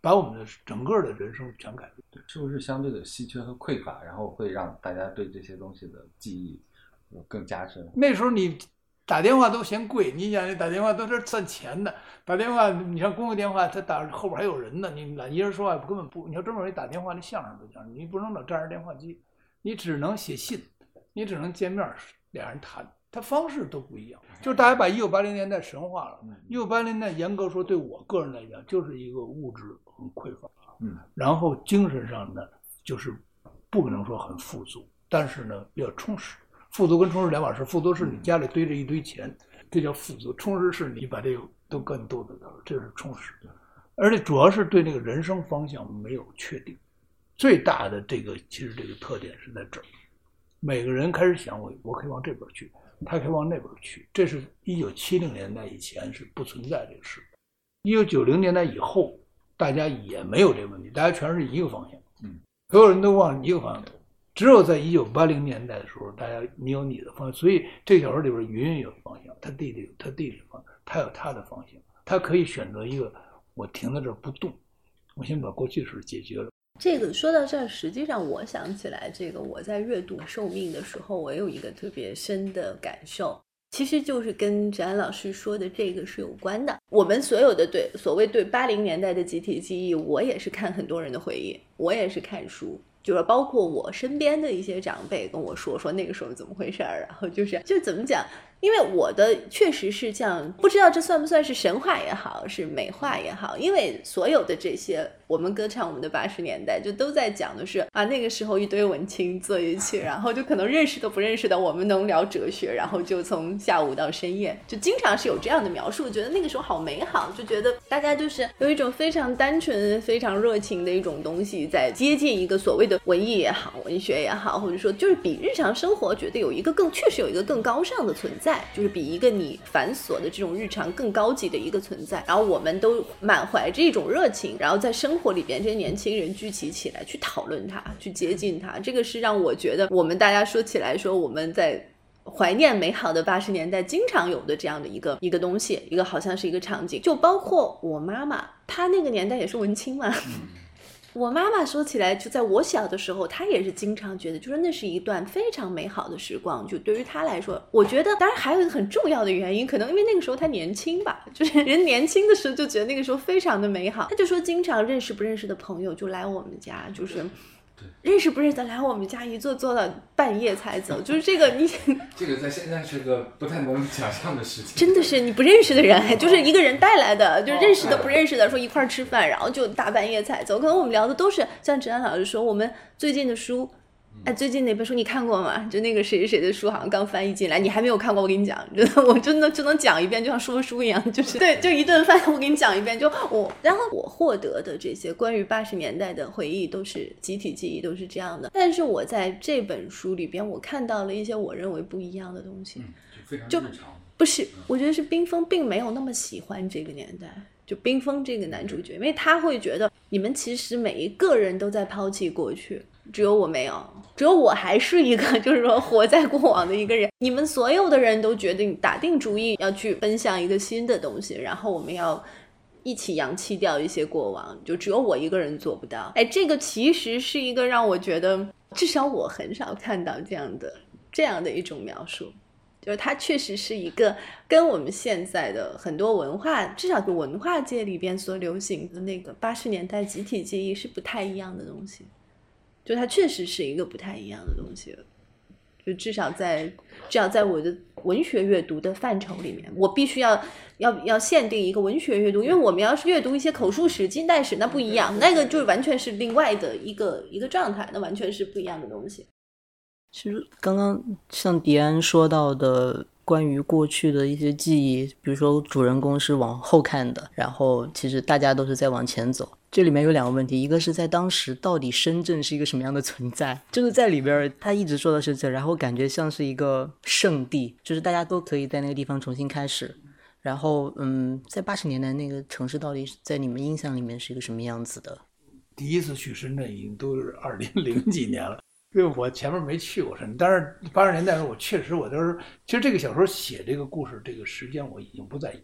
把我们的整个的人生全改变。 对，是不是相对的稀缺和匮乏，然后会让大家对这些东西的记忆更加深？ 那时候你打电话都嫌贵，你想你打电话都是算钱的，打电话你像公用电话，他打后边还有人呢，你懒一人说话根本不。你要专门打电话，那相声都讲，你不能找占着电话机，你只能写信，你只能见面，俩人谈，他方式都不一样。就是大家把1980年代神化了。1980年代严格说对我个人来讲，就是一个物质很匮乏，然后精神上呢，就是不可能说很富足，但是呢比较充实。富足跟充实两码事，富足是你家里堆着一堆钱，这叫富足；充实是你把这个都搁你肚子里头，这是充实。而且主要是对这个人生方向没有确定，最大的这个其实这个特点是在这儿。每个人开始想我可以往这边去，他可以往那边去，这是1970年代以前是不存在这个事。1990年代以后，大家也没有这个问题，大家全是一个方向，所有人都往一个方向走。只有在1980年代的时候，大家你有你的方向，所以这个小说里边云云有方向，他弟弟有他弟弟的方向，他有他的方向，他可以选择一个我停在这儿不动，我先把过去的事解决了。 这个说到这儿，实际上我想起来，这个我在阅读《寿命》的时候，我有一个特别深的感受，其实就是跟芷安老师说的这个是有关的。我们所有的所谓对80年代的集体记忆，我也是看很多人的回忆，我也是看书。就是包括我身边的一些长辈跟我说那个时候怎么回事儿，然后就怎么讲，因为我的确实是这样，不知道这算不算是神话也好，是美化也好，因为所有的这些我们歌唱我们的80年代就都在讲的是啊，那个时候一堆文青坐一起，然后就可能认识都不认识的我们能聊哲学，然后就从下午到深夜，就经常是有这样的描述，觉得那个时候好美好，就觉得大家就是有一种非常单纯非常热情的一种东西在接近一个所谓的文艺也好文学也好，或者说就是比日常生活觉得确实有一个更高尚的存在，就是比一个你繁琐的这种日常更高级的一个存在，然后我们都满怀着一种热情，然后在生活里边这些年轻人聚集起来去讨论它，去接近它，这个是让我觉得我们大家说起来说我们在怀念美好的80年代经常有的这样的一个东西，一个好像是一个场景，就包括我妈妈，她那个年代也是文青嘛，我妈妈说起来，就在我小的时候，她也是经常觉得，就是那是一段非常美好的时光。就对于她来说，我觉得，当然还有一个很重要的原因，可能因为那个时候她年轻吧，就是人年轻的时候就觉得那个时候非常的美好。她就说，经常认识不认识的朋友就来我们家，就是认识不认识的来我们家一坐到半夜才走，就是这个你这个在现在是个不太能想象的事情， 真的是你不认识的人，就是一个人带来的，就是认识的不认识的说一块吃饭，然后就大半夜才走。可能我们聊的都是像芷安老师说，我们最近的书。最近那本书你看过吗？就那个谁谁的书好像刚翻译进来，你还没有看过，我跟你讲，我真的就能讲一遍，就像说书一样，就是对，就一顿饭我给你讲一遍，然后我获得的这些关于80年代的回忆都是集体记忆，都是这样的。但是我在这本书里边，我看到了一些我认为不一样的东西， 就非常日常。 不是，我觉得是冰封并没有那么喜欢这个年代。就冰封这个男主角，因为他会觉得你们其实每一个人都在抛弃过去，只有我没有，只有我还是一个就是说活在过往的一个人。你们所有的人都决定打定主意要去奔向一个新的东西，然后我们要一起扬弃掉一些过往，就只有我一个人做不到。这个其实是一个让我觉得至少我很少看到这样的一种描述，就是它确实是一个跟我们现在的很多文化，至少是文化界里边所流行的那个80年代集体记忆是不太一样的东西，就它确实是一个不太一样的东西，就至少在我的文学阅读的范畴里面，我必须要限定一个文学阅读，因为我们要是阅读一些口述史、近代史，那不一样，那个就完全是另外的一个状态，那完全是不一样的东西。 其实刚刚像迪安说到的关于过去的一些记忆，比如说主人公是往后看的，然后其实大家都是在往前走。这里面有两个问题，一个是在当时到底深圳是一个什么样的存在，就是在里边他一直说的是这，然后感觉像是一个圣地，就是大家都可以在那个地方重新开始。然后在80年代那个城市到底在你们印象里面是一个什么样子的？ 第一次去深圳已经都是2000几年了，因为我前面没去过深圳，但是80年代的时候我确实我当时其实这个小说写这个故事这个时间我已经不再远了，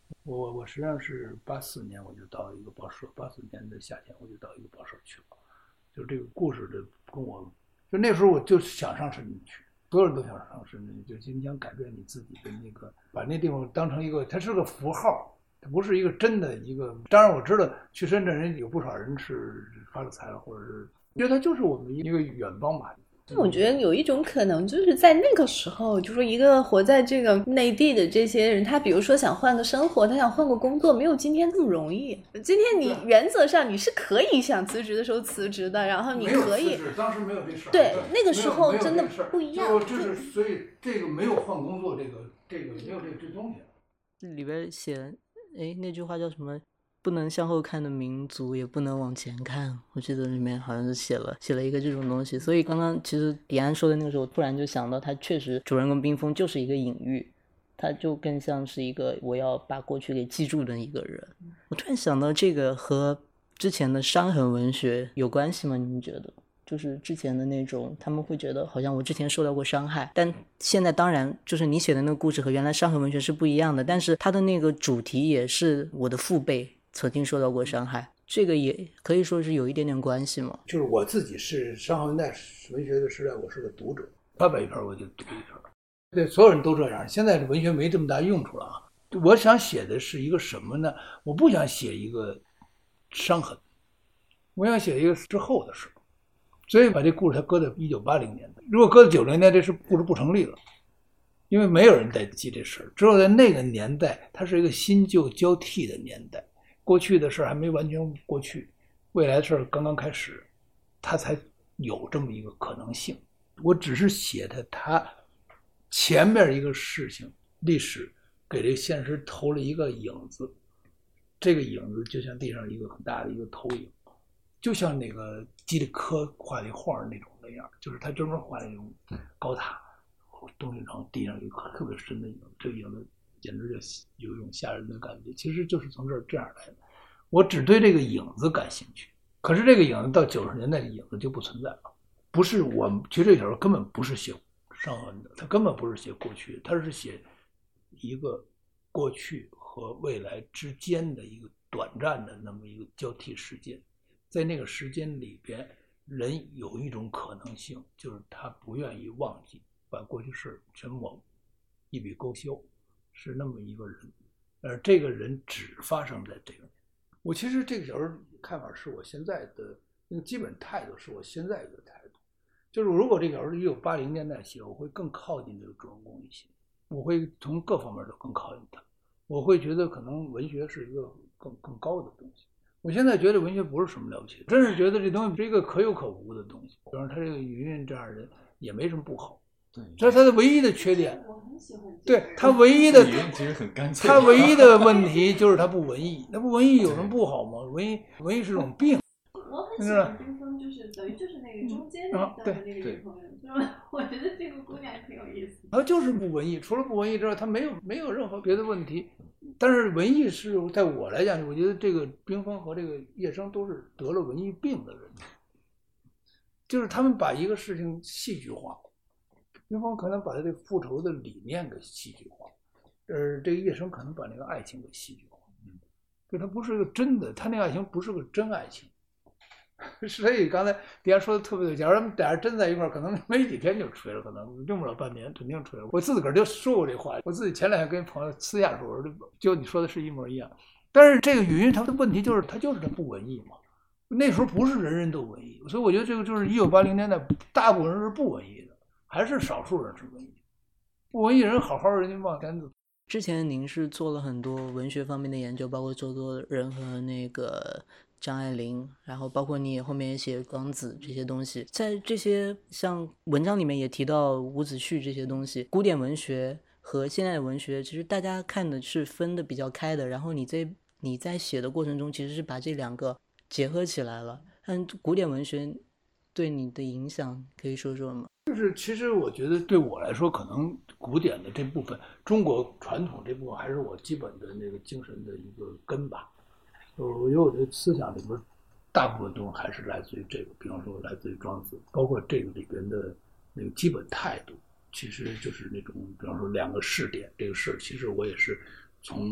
我实际上是84年我就到一个报社，84年的夏天我就到一个报社去了。就这个故事的跟我，就那时候我就想上深圳去，所有人都想上深圳，就是你想改变你自己的那个，把那地方当成一个，它是个符号，它不是一个真的一个。当然我知道去深圳人有不少人是发了财了，或者是因为它就是我们一个远方吧。 我觉得有一种可能，就是在那个时候，就说一个活在这个内地的这些人，他比如说想换个生活，他想换个工作，没有今天这么容易。今天你原则上你是可以想辞职的时候辞职的，然后你可以， 当时没有这事儿。 对，那个时候真的不一样。 就是所以这个没有换工作，这个没有这东西。 里边写，那句话叫什么？不能向后看的民族，也不能往前看。我记得里面好像是写了一个这种东西。所以刚刚其实迪安说的那个时候，我突然就想到，他确实主人公冰封就是一个隐喻，他就更像是一个我要把过去给记住的一个人。我突然想到，这个和之前的伤痕文学有关系吗？你们觉得？就是之前的那种，他们会觉得好像我之前受到过伤害，但现在当然就是你写的那个故事和原来伤痕文学是不一样的，但是它的那个主题也是我的父辈曾经受到过伤害，这个也可以说是有一点点关系嘛。 就是我自己是伤痕文学的时代，我是个读者，800一篇我就读一篇。对，所有人都这样。现在文学没这么大用处了啊。我想写的是一个什么呢？我不想写一个伤痕，我想写一个之后的事。所以把这故事它搁在1980年代，如果搁在90年代，这故事不成立了，因为没有人在记这事儿。只有在那个年代，它是一个新旧交替的年代，过去的事还没完全过去，未来的事刚刚开始，它才有这么一个可能性。我只是写它前面一个事情，历史给这个现实投了一个影子，这个影子就像地上一个很大的一个投影。就像那个基里科画的画那样，就是他专门画那种高塔东西，然后地上有一个特别深的影子，这个影子简直就有一种吓人的感觉。其实就是从这样来的。我只对这个影子感兴趣，可是这个影子到90年代的影子就不存在了。不是我们其实这小说根本不是写伤痕的，它根本不是写过去，它是写一个过去和未来之间的一个短暂的那么一个交替时间。在那个时间里边，人有一种可能性，就是他不愿意忘记，把过去事全抹，一笔勾销，是那么一个人。而这个人只发生在这个年。我其实这个小说看法是我现在的那个基本态度，是我现在的态度。就是如果这个小说是1980年代写，我会更靠近这个主人公一些，我会从各方面都更靠近他。我会觉得可能文学是一个更高的东西。我现在觉得文学不是什么了不起的，真是觉得这东西是一个可有可无的东西。比方说他这个云云这样的人也没什么不好，对，这是他的唯一的缺点。我很喜欢。对，他唯一的其实很干脆。 他唯一的问题就是他不文艺。那不文艺有什么不好吗？文艺是种病。 我很喜欢冰封，就是等于就是那个中间那段的那个女朋友，就是我觉得这个姑娘挺有意思。 她就是不文艺，除了不文艺之外，她没有任何别的问题。但是文艺是在我来讲，我觉得这个冰封和这个叶生都是得了文艺病的人，就是他们把一个事情戏剧化，冰封可能把他这复仇的理念给戏剧化，这个叶生可能把那个爱情给戏剧化，就他不是个真的，他那个爱情不是个真爱情。所以刚才迪安说的特别对，假如他们俩人真在一块儿，可能没几天就吹了，可能用不了半年，肯定吹了。我自个儿就说过这话，我自己前2天跟朋友私下说，就你说的是一模一样。但是这个语音它的问题就是它不文艺嘛，那时候不是人人都文艺，所以我觉得这个就是1980年代大部分人是不文艺的，还是少数人是文艺。不文艺人好好人家忘单子。 之前您是做了很多文学方面的研究，包括周作人和那个张爱玲，然后包括你也后面也写广子这些东西，在这些像文章里面也提到伍子胥这些东西，古典文学和现代的文学其实大家看的是分的比较开的，然后你在写的过程中其实是把这两个结合起来了。但古典文学对你的影响可以说说吗？ 就是其实我觉得对我来说，可能古典的这部分，中国传统这部分还是我基本的那个精神的一个根吧。我觉得我的思想里边大部分东西还是来自于这个，比方说来自于庄子，包括这个里边的那个基本态度，其实就是那种比方说2个试点，这个事其实我也是从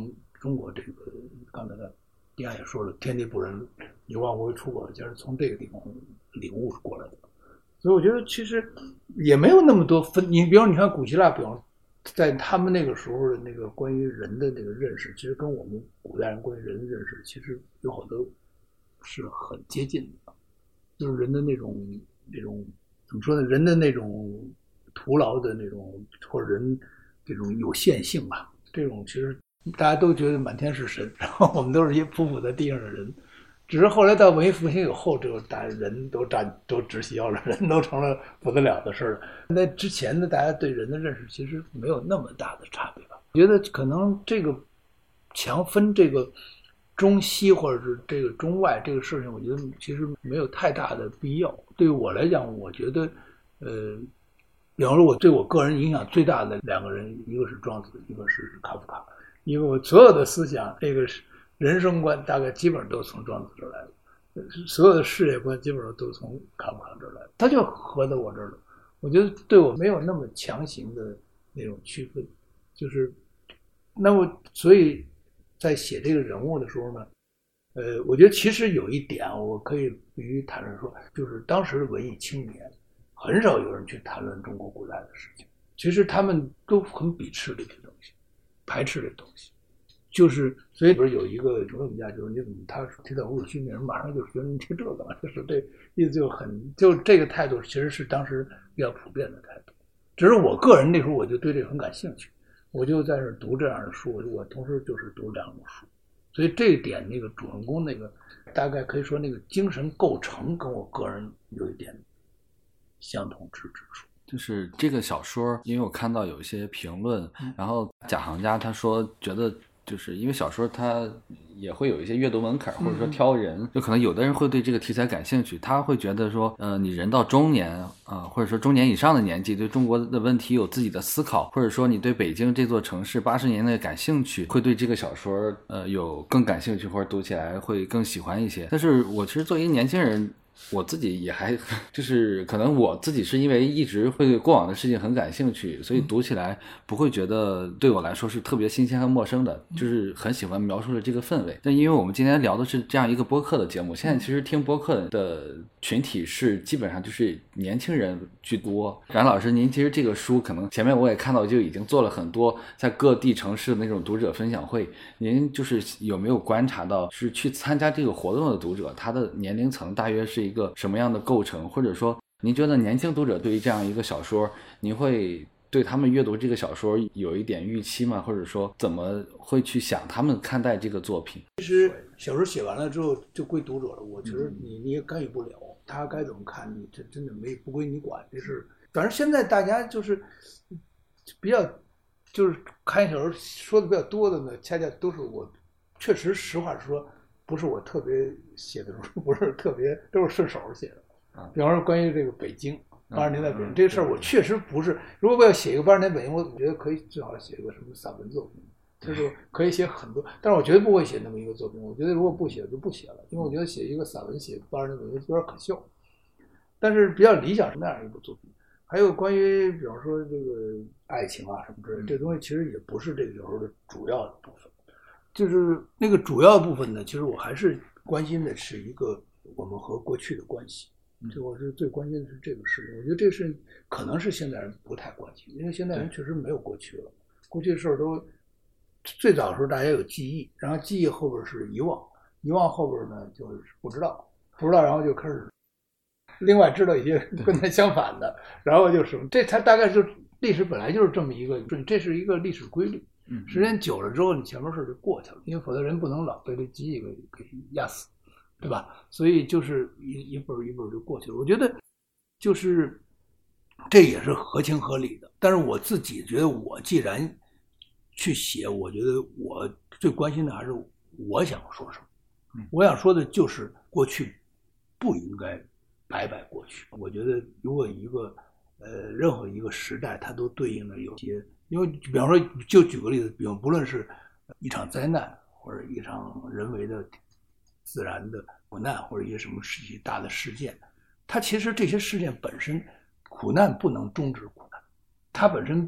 中国这个刚才迪亚也说了，天地不仁，有忘无为出国，就是从这个地方领悟过来的。所以我觉得其实也没有那么多分。你比如你看古希腊，比方在他们那个时候的那个关于人的那个认识，其实跟我们古代人关于人的认识，其实有好多是很接近的。就是人的那种怎么说呢？人的那种徒劳的那种，或者人这种有限性吧，这种其实大家都觉得满天是神，然后我们都是一些匍匐在地上的人。只是后来到文艺复兴以后，这个大家人都窒息腰了，人都成了不得了的事了。那之前呢，大家对人的认识其实没有那么大的差别吧？我觉得可能这个强分这个中西或者是这个中外这个事情，我觉得其实没有太大的必要。对于我来讲，我觉得比方说我对我个人影响最大的两个人，一个是庄子，一个是卡夫卡。因为我所有的思想，这个人生观大概基本上都从庄子这儿来的，所有的事业观基本上都从卡夫卡这儿来的，他就合到我这儿了。我觉得对我没有那么强行的那种区分，就是那么所以在写这个人物的时候呢，我觉得其实有一点我可以必须谈论说，就是当时的文艺青年很少有人去谈论中国古代的事情，其实他们都很鄙视这些东西，排斥这东西。就是所以不是有一个评论家，就是你怎么他提到伍子胥，人马上就觉得你提这个，就是这意思就这个态度其实是当时比较普遍的态度。只是我个人那时候我就对这个很感兴趣，我就在这读这样的书，我同时就是读两本书，所以这一点那个主人公那个大概可以说那个精神构成跟我个人有一点相同之处。 就是这个小说，因为我看到有一些评论，然后贾行家他说觉得就是因为小说它也会有一些阅读门槛，或者说挑人，就可能有的人会对这个题材感兴趣，他会觉得说你人到中年或者说中年以上的年纪，对中国的问题有自己的思考，或者说你对北京这座城市80年代感兴趣，会对这个小说有更感兴趣，或者读起来会更喜欢一些。但是我其实作为一个年轻人，我自己也还就是可能我自己是因为一直会对过往的事情很感兴趣，所以读起来不会觉得对我来说是特别新鲜和陌生的，就是很喜欢描述的这个氛围。但因为我们今天聊的是这样一个播客的节目，现在其实听播客的群体是基本上就是年轻人居多。冉老师您其实这个书可能前面我也看到就已经做了很多在各地城市的那种读者分享会，您就是有没有观察到是去参加这个活动的读者他的年龄层大约是一个什么样的构成，或者说您觉得年轻读者对于这样一个小说，您会对他们阅读这个小说有一点预期吗？或者说怎么会去想他们看待这个作品？ 其实小说写完了之后就归读者了，我觉得你也干预不了，他该怎么看你这真的不归你管这事。反正现在大家就是比较就是看小说说的比较多的呢，恰恰都是我确实实话实说，不是我特别写的书，不是特别都是顺手写的。比方说关于这个北京80年代北京这个事儿，我确实不是。如果我要写一个80年代北京，我觉得可以最好写一个什么散文作品，就是可以写很多，但是我绝对不会写那么一个作品。我觉得如果不写就不写了，因为我觉得写一个散文写80年代北京有点可笑。但是比较理想是那样一部作品。还有关于比方说这个爱情啊什么之类的，这东西其实也不是这个小说的主要的部分。就是那个主要部分呢，其实我还是关心的是一个我们和过去的关系。这我是最关心的是这个事情。我觉得这事可能是现代人不太关心，因为现代人确实没有过去了，过去的事儿都最早的时候大家有记忆，然后记忆后边是遗忘，遗忘后边呢就是不知道，然后就开始另外知道一些跟它相反的，然后就是这它大概就历史本来就是这么一个，这是一个历史规律。时间久了之后，你前面事就过去了，因为否则人不能老被这记忆给压死，对吧？所以就是一本一本就过去了。我觉得就是这也是合情合理的。但是我自己觉得，我既然去写，我觉得我最关心的还是我想说什么。我想说的就是过去不应该白白过去。我觉得如果一个任何一个时代，它都对应的有些。因为比方说就举个例子，比方不论是一场灾难或者一场人为的自然的苦难或者一些什么大的事件，它其实这些事件本身苦难不能终止苦难，它本身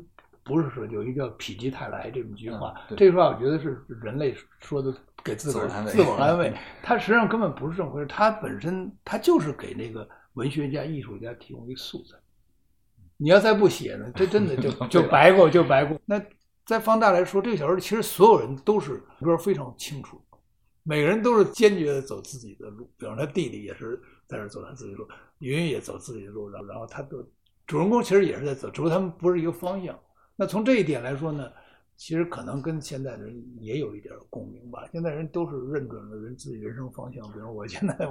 不是说有一个否极泰来这么一句话， 对这句话我觉得是人类说的，给自个儿自我安慰。它实际上根本不是这么回事，它本身它就是给那个文学家、艺术家提供一个素材。你要再不写呢，这真的就白过，就白过。那再放大来说，这个小说其实所有人都是目标非常清楚，每个人都是坚决的走自己的路。比方说他弟弟也是在这走他自己的路，云云也走自己的路，然后他的主人公其实也是在走，只不过他们不是一个方向。那从这一点来说呢，其实可能跟现在人也有一点共鸣吧。现在人都是认准了人自己人生方向，比如我现在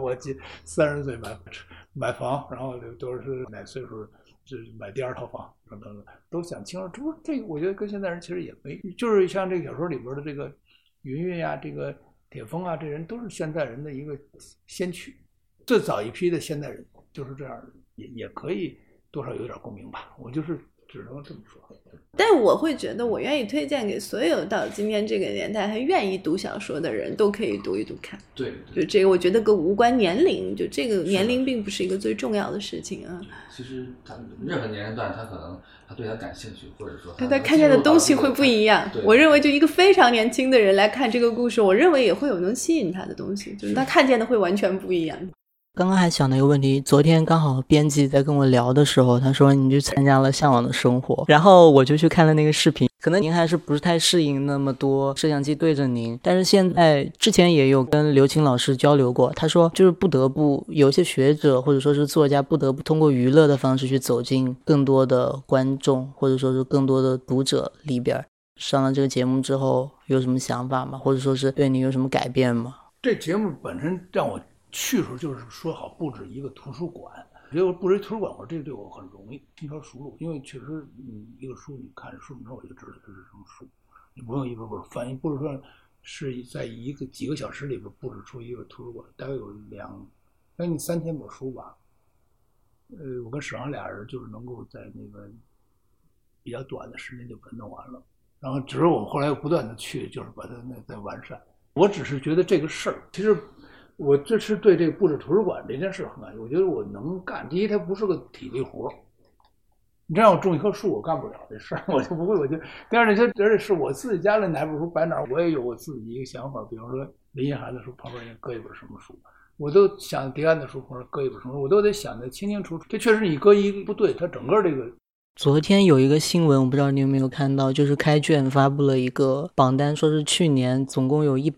30岁买房，然后都是哪岁数是买第2套房等等，都想清楚。这我觉得跟现在人其实也没，就是像这个小说里边的这个云云呀，这个铁峰啊，这人都是现代人的一个先驱，最早一批的现代人就是这样的，也可以多少有点共鸣吧。我就是只能这么说。 但我会觉得，我愿意推荐给所有到今天这个年代还愿意读小说的人都可以读一读看。 对， 就这个，我觉得跟无关年龄，就这个年龄并不是一个最重要的事情啊。 其实他任何年龄段，他可能他对他感兴趣，或者说他看见的东西会不一样。我认为，就一个非常年轻的人来看这个故事，我认为也会有能吸引他的东西，就是他看见的会完全不一样。 刚刚还想到一个问题，昨天刚好编辑在跟我聊的时候，他说你去参加了《向往的生活》，然后我就去看了那个视频。可能您还是不是太适应那么多摄像机对着您，但是现在之前也有跟刘青老师交流过，他说就是不得不有些学者或者说是作家不得不通过娱乐的方式去走进更多的观众或者说是更多的读者里边。上了这个节目之后有什么想法吗？或者说是对你有什么改变吗？ 这节目本身让我去时候就是说好布置一个图书馆，结果布置图书馆，这对我很容易，轻车熟路。因为确实，一个书你看书名我就知道这是什么书，你不用一本本翻译，不是说是在几个小时里边布置出一个图书馆，大概有将近3000本书吧。我跟史航俩人就是能够在那个比较短的时间就把它弄完了，然后只是我们后来又不断的去，就是把它再完善。我只是觉得这个事儿，其实。我这是对这个布置图书馆这件事很感兴趣，我觉得我能干。第一，它不是个体力活，你这让我种一棵树，我干不了这事儿，我就不会。第二呢，而且是我自己家里哪本书摆哪儿，我也有我自己一个想法。比方说林奕涵的书旁边应搁一本什么书，我都想迪安的书旁边搁一本什么，我都得想得清清楚楚。这确实你搁一个不对，它整个这个。 昨天有一个新闻，我不知道你有没有看到，就是开卷发布了一个榜单，说是去年总共有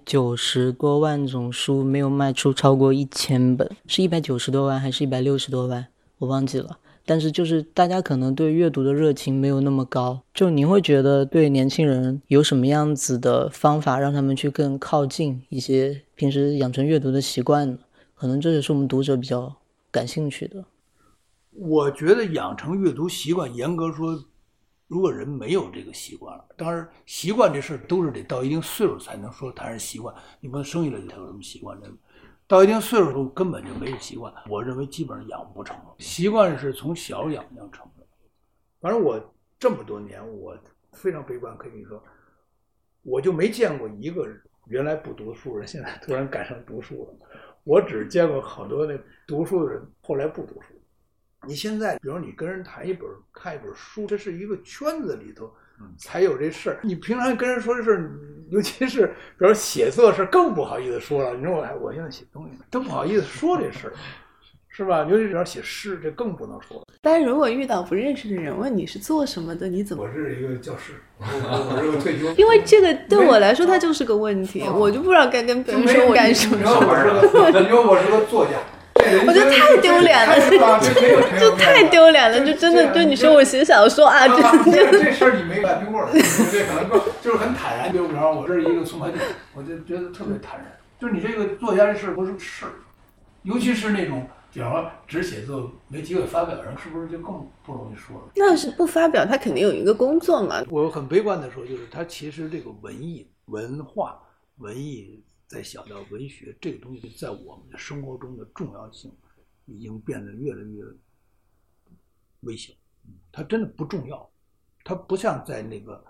190多万种书没有卖出超过1000本，是190多万还是160多万，我忘记了。但是就是大家可能对阅读的热情没有那么高，就你会觉得对年轻人有什么样子的方法让他们去更靠近一些平时养成阅读的习惯呢？可能这也是我们读者比较感兴趣的。 我觉得养成阅读习惯，严格说，如果人没有这个习惯了，当然习惯这事都是得到一定岁数才能说它是习惯，你不能生下来就有什么习惯，到一定岁数根本就没有习惯，我认为基本上养不成了。习惯是从小养成的。反正我这么多年，我非常悲观，可以说，我就没见过一个原来不读书人现在突然赶上读书了。我只见过好多那读书的人后来不读书。你现在比如你跟人谈一本看一本书，这是一个圈子里头才有这事儿。你平常跟人说这事儿，尤其是比如写作事更不好意思说了。你说我现在写东西都不好意思说这事儿，是吧？尤其是要写诗，这更不能说。 但如果遇到不认识的人问你是做什么的，你怎么？ 我是一个教师，我是个退休。 因为这个对我来说它就是个问题，我就不知道该跟别人说我干什么。 你说我是个作家。 我觉得太丢脸了，就太丢脸了，就真的就你说我写小说啊， 这事儿你没干过，这可能就是很坦然。比如说我这是一个送快递，我就觉得特别坦然。就是你这个作家这事不是事儿，尤其是那种比方说只写作没机会发表的人，是不是就更不容易说了？ 那是不发表，他肯定有一个工作嘛。 我很悲观的说，就是他其实这个文艺、文化、文艺。再小到文学这个东西，在我们的生活中的重要性已经变得越来越微小。它真的不重要，它不像在那个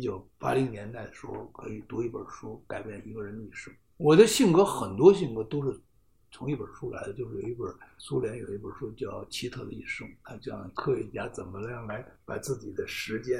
1980年代的时候，可以读一本书改变一个人的一生。我的性格很多性格都是从一本书来的，就是有一本苏联有一本书叫《奇特的一生》，它讲科学家怎么样来把自己的时间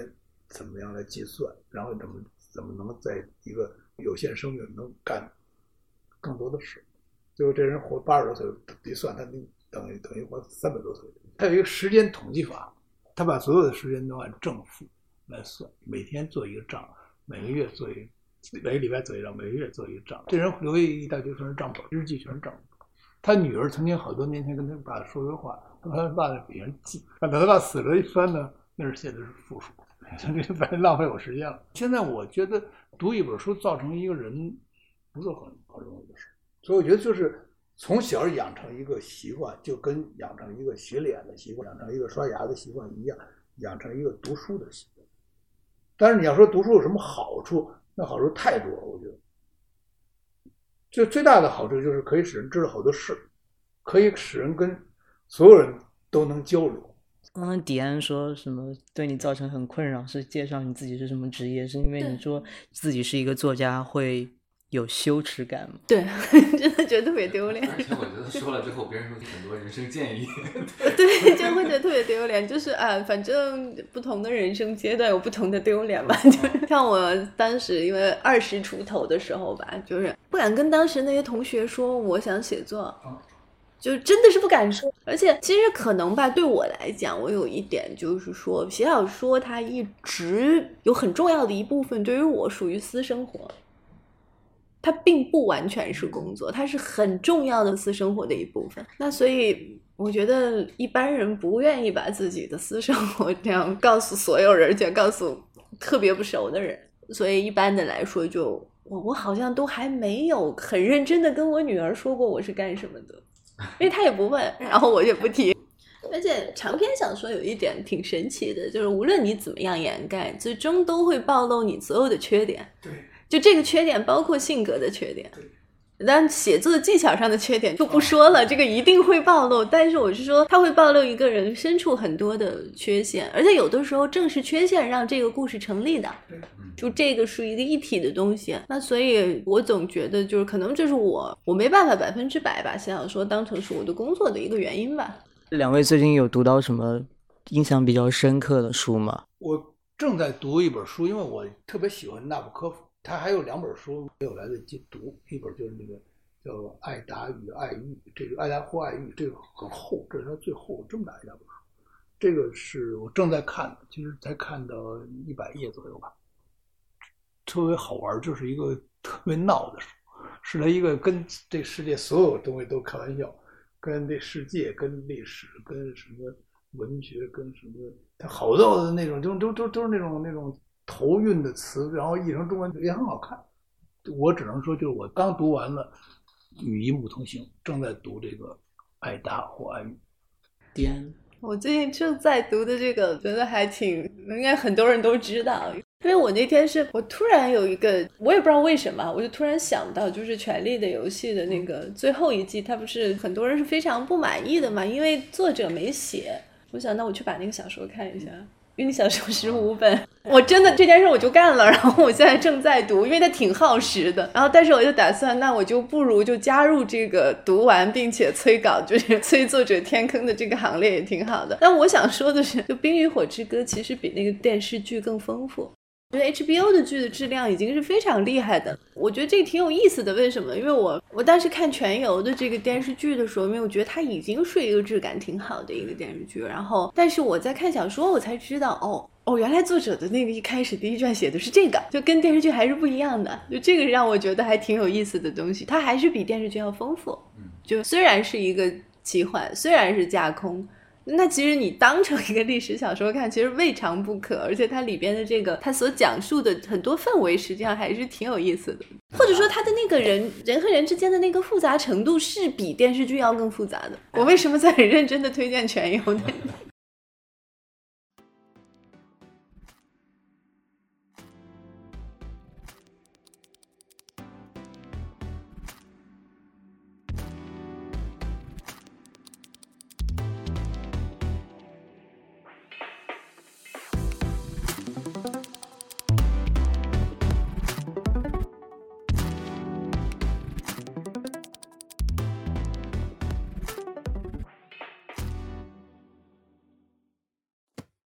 怎么样来计算，然后怎么能在一个有限生命能干更多的事。最后这人活80多岁，一算他等于活300多岁。他有一个时间统计法，他把所有的时间都按正负来算，每天做一个账，每个月做一个，每个礼拜做一张，每个月做一个账。这人留一大堆全是账本，日记全是账本。他女儿曾经好多年前跟他爸说过话，他爸在笔上记，等他爸死了一翻呢，那是写的是负数，反正浪费我时间了。现在我觉得读一本书造成一个人不是很容易的事，所以我觉得就是从小养成一个习惯，就跟养成一个洗脸的习惯，养成一个刷牙的习惯一样，养成一个读书的习惯。但是你要说读书有什么好处，那好处太多了，我觉得。就最大的好处就是可以使人知道好多事，可以使人跟所有人都能交流。 迪安说什么对你造成很困扰，是介绍你自己是什么职业，是因为你说自己是一个作家会有羞耻感吗？ 对，真的觉得特别丢脸。 而且我觉得说了之后，别人会很多人生建议。 对，就会觉得特别丢脸，就是反正不同的人生阶段有不同的丢脸吧。就是像我当时因为20出头的时候吧，就是不敢跟当时那些同学说我想写作。就真的是不敢说，而且其实可能吧，对我来讲，我有一点就是说，写小说它一直有很重要的一部分，对于我属于私生活，它并不完全是工作，它是很重要的私生活的一部分。那所以我觉得一般人不愿意把自己的私生活这样告诉所有人，而且告诉特别不熟的人，所以一般的来说就我好像都还没有很认真的跟我女儿说过我是干什么的。因为他也不问，然后我也不提。而且长篇小说有一点挺神奇的，就是无论你怎么样掩盖，最终都会暴露你所有的缺点。 对， 就这个缺点包括性格的缺点。但写作技巧上的缺点就不说了，这个一定会暴露。但是我是说，它会暴露一个人深处很多的缺陷，而且有的时候正是缺陷让这个故事成立的。就这个是一个一体的东西。那所以我总觉得就是可能就是我没办法100%把写小说当成是我的工作的一个原因吧。 两位最近有读到什么印象比较深刻的书吗？ 我正在读一本书，因为我特别喜欢纳博科夫，他还有2本书没有来得及读，一本就是那个叫《艾达与爱欲》，这个《艾达或爱欲》，这个很厚，这是他最厚这么大一本书。这个是我正在看的，其实才看到100页左右吧。特别好玩，就是一个特别闹的书，是他一个跟这世界所有东西都开玩笑，跟这世界、跟历史、跟什么文学、跟什么，他好多的那种都是那种头韵的词，然后译成中文也很好看。我只能说，就是我刚读完了《与一木同行》，正在读这个《艾达或爱欲》。 我最近正在读的这个，觉得还挺，应该很多人都知道。因为我那天我突然有一个，我也不知道为什么，我就突然想到，就是《权力的游戏》的那个最后一季，它不是很多人是非常不满意的嘛，因为作者没写。我想，那我去把那个小说看一下。因为那小说15本，我真的这件事我就干了，然后我现在正在读，因为它挺耗时的。然后但是我就打算，那我就不如就加入这个读完并且催稿，就是催作者填坑的这个行列也挺好的。但我想说的是，就《冰与火之歌》其实比那个电视剧更丰富。我觉得 HBO 的剧的质量已经是非常厉害的，我觉得这个挺有意思的。为什么？因为我当时看全游的这个电视剧的时候，因为我觉得它已经是一个质感挺好的一个电视剧，然后但是我在看小说我才知道，原来作者的那个一开始第一传写的是这个，就跟电视剧还是不一样的，就这个让我觉得还挺有意思的东西，它还是比电视剧要丰富。就虽然是一个奇幻，虽然是架空，那其实你当成一个历史小说看，其实未尝不可，而且它里边的这个它所讲述的很多氛围实际上还是挺有意思的，或者说它的那个人和人之间的那个复杂程度是比电视剧要更复杂的。我为什么在很认真的推荐全游呢？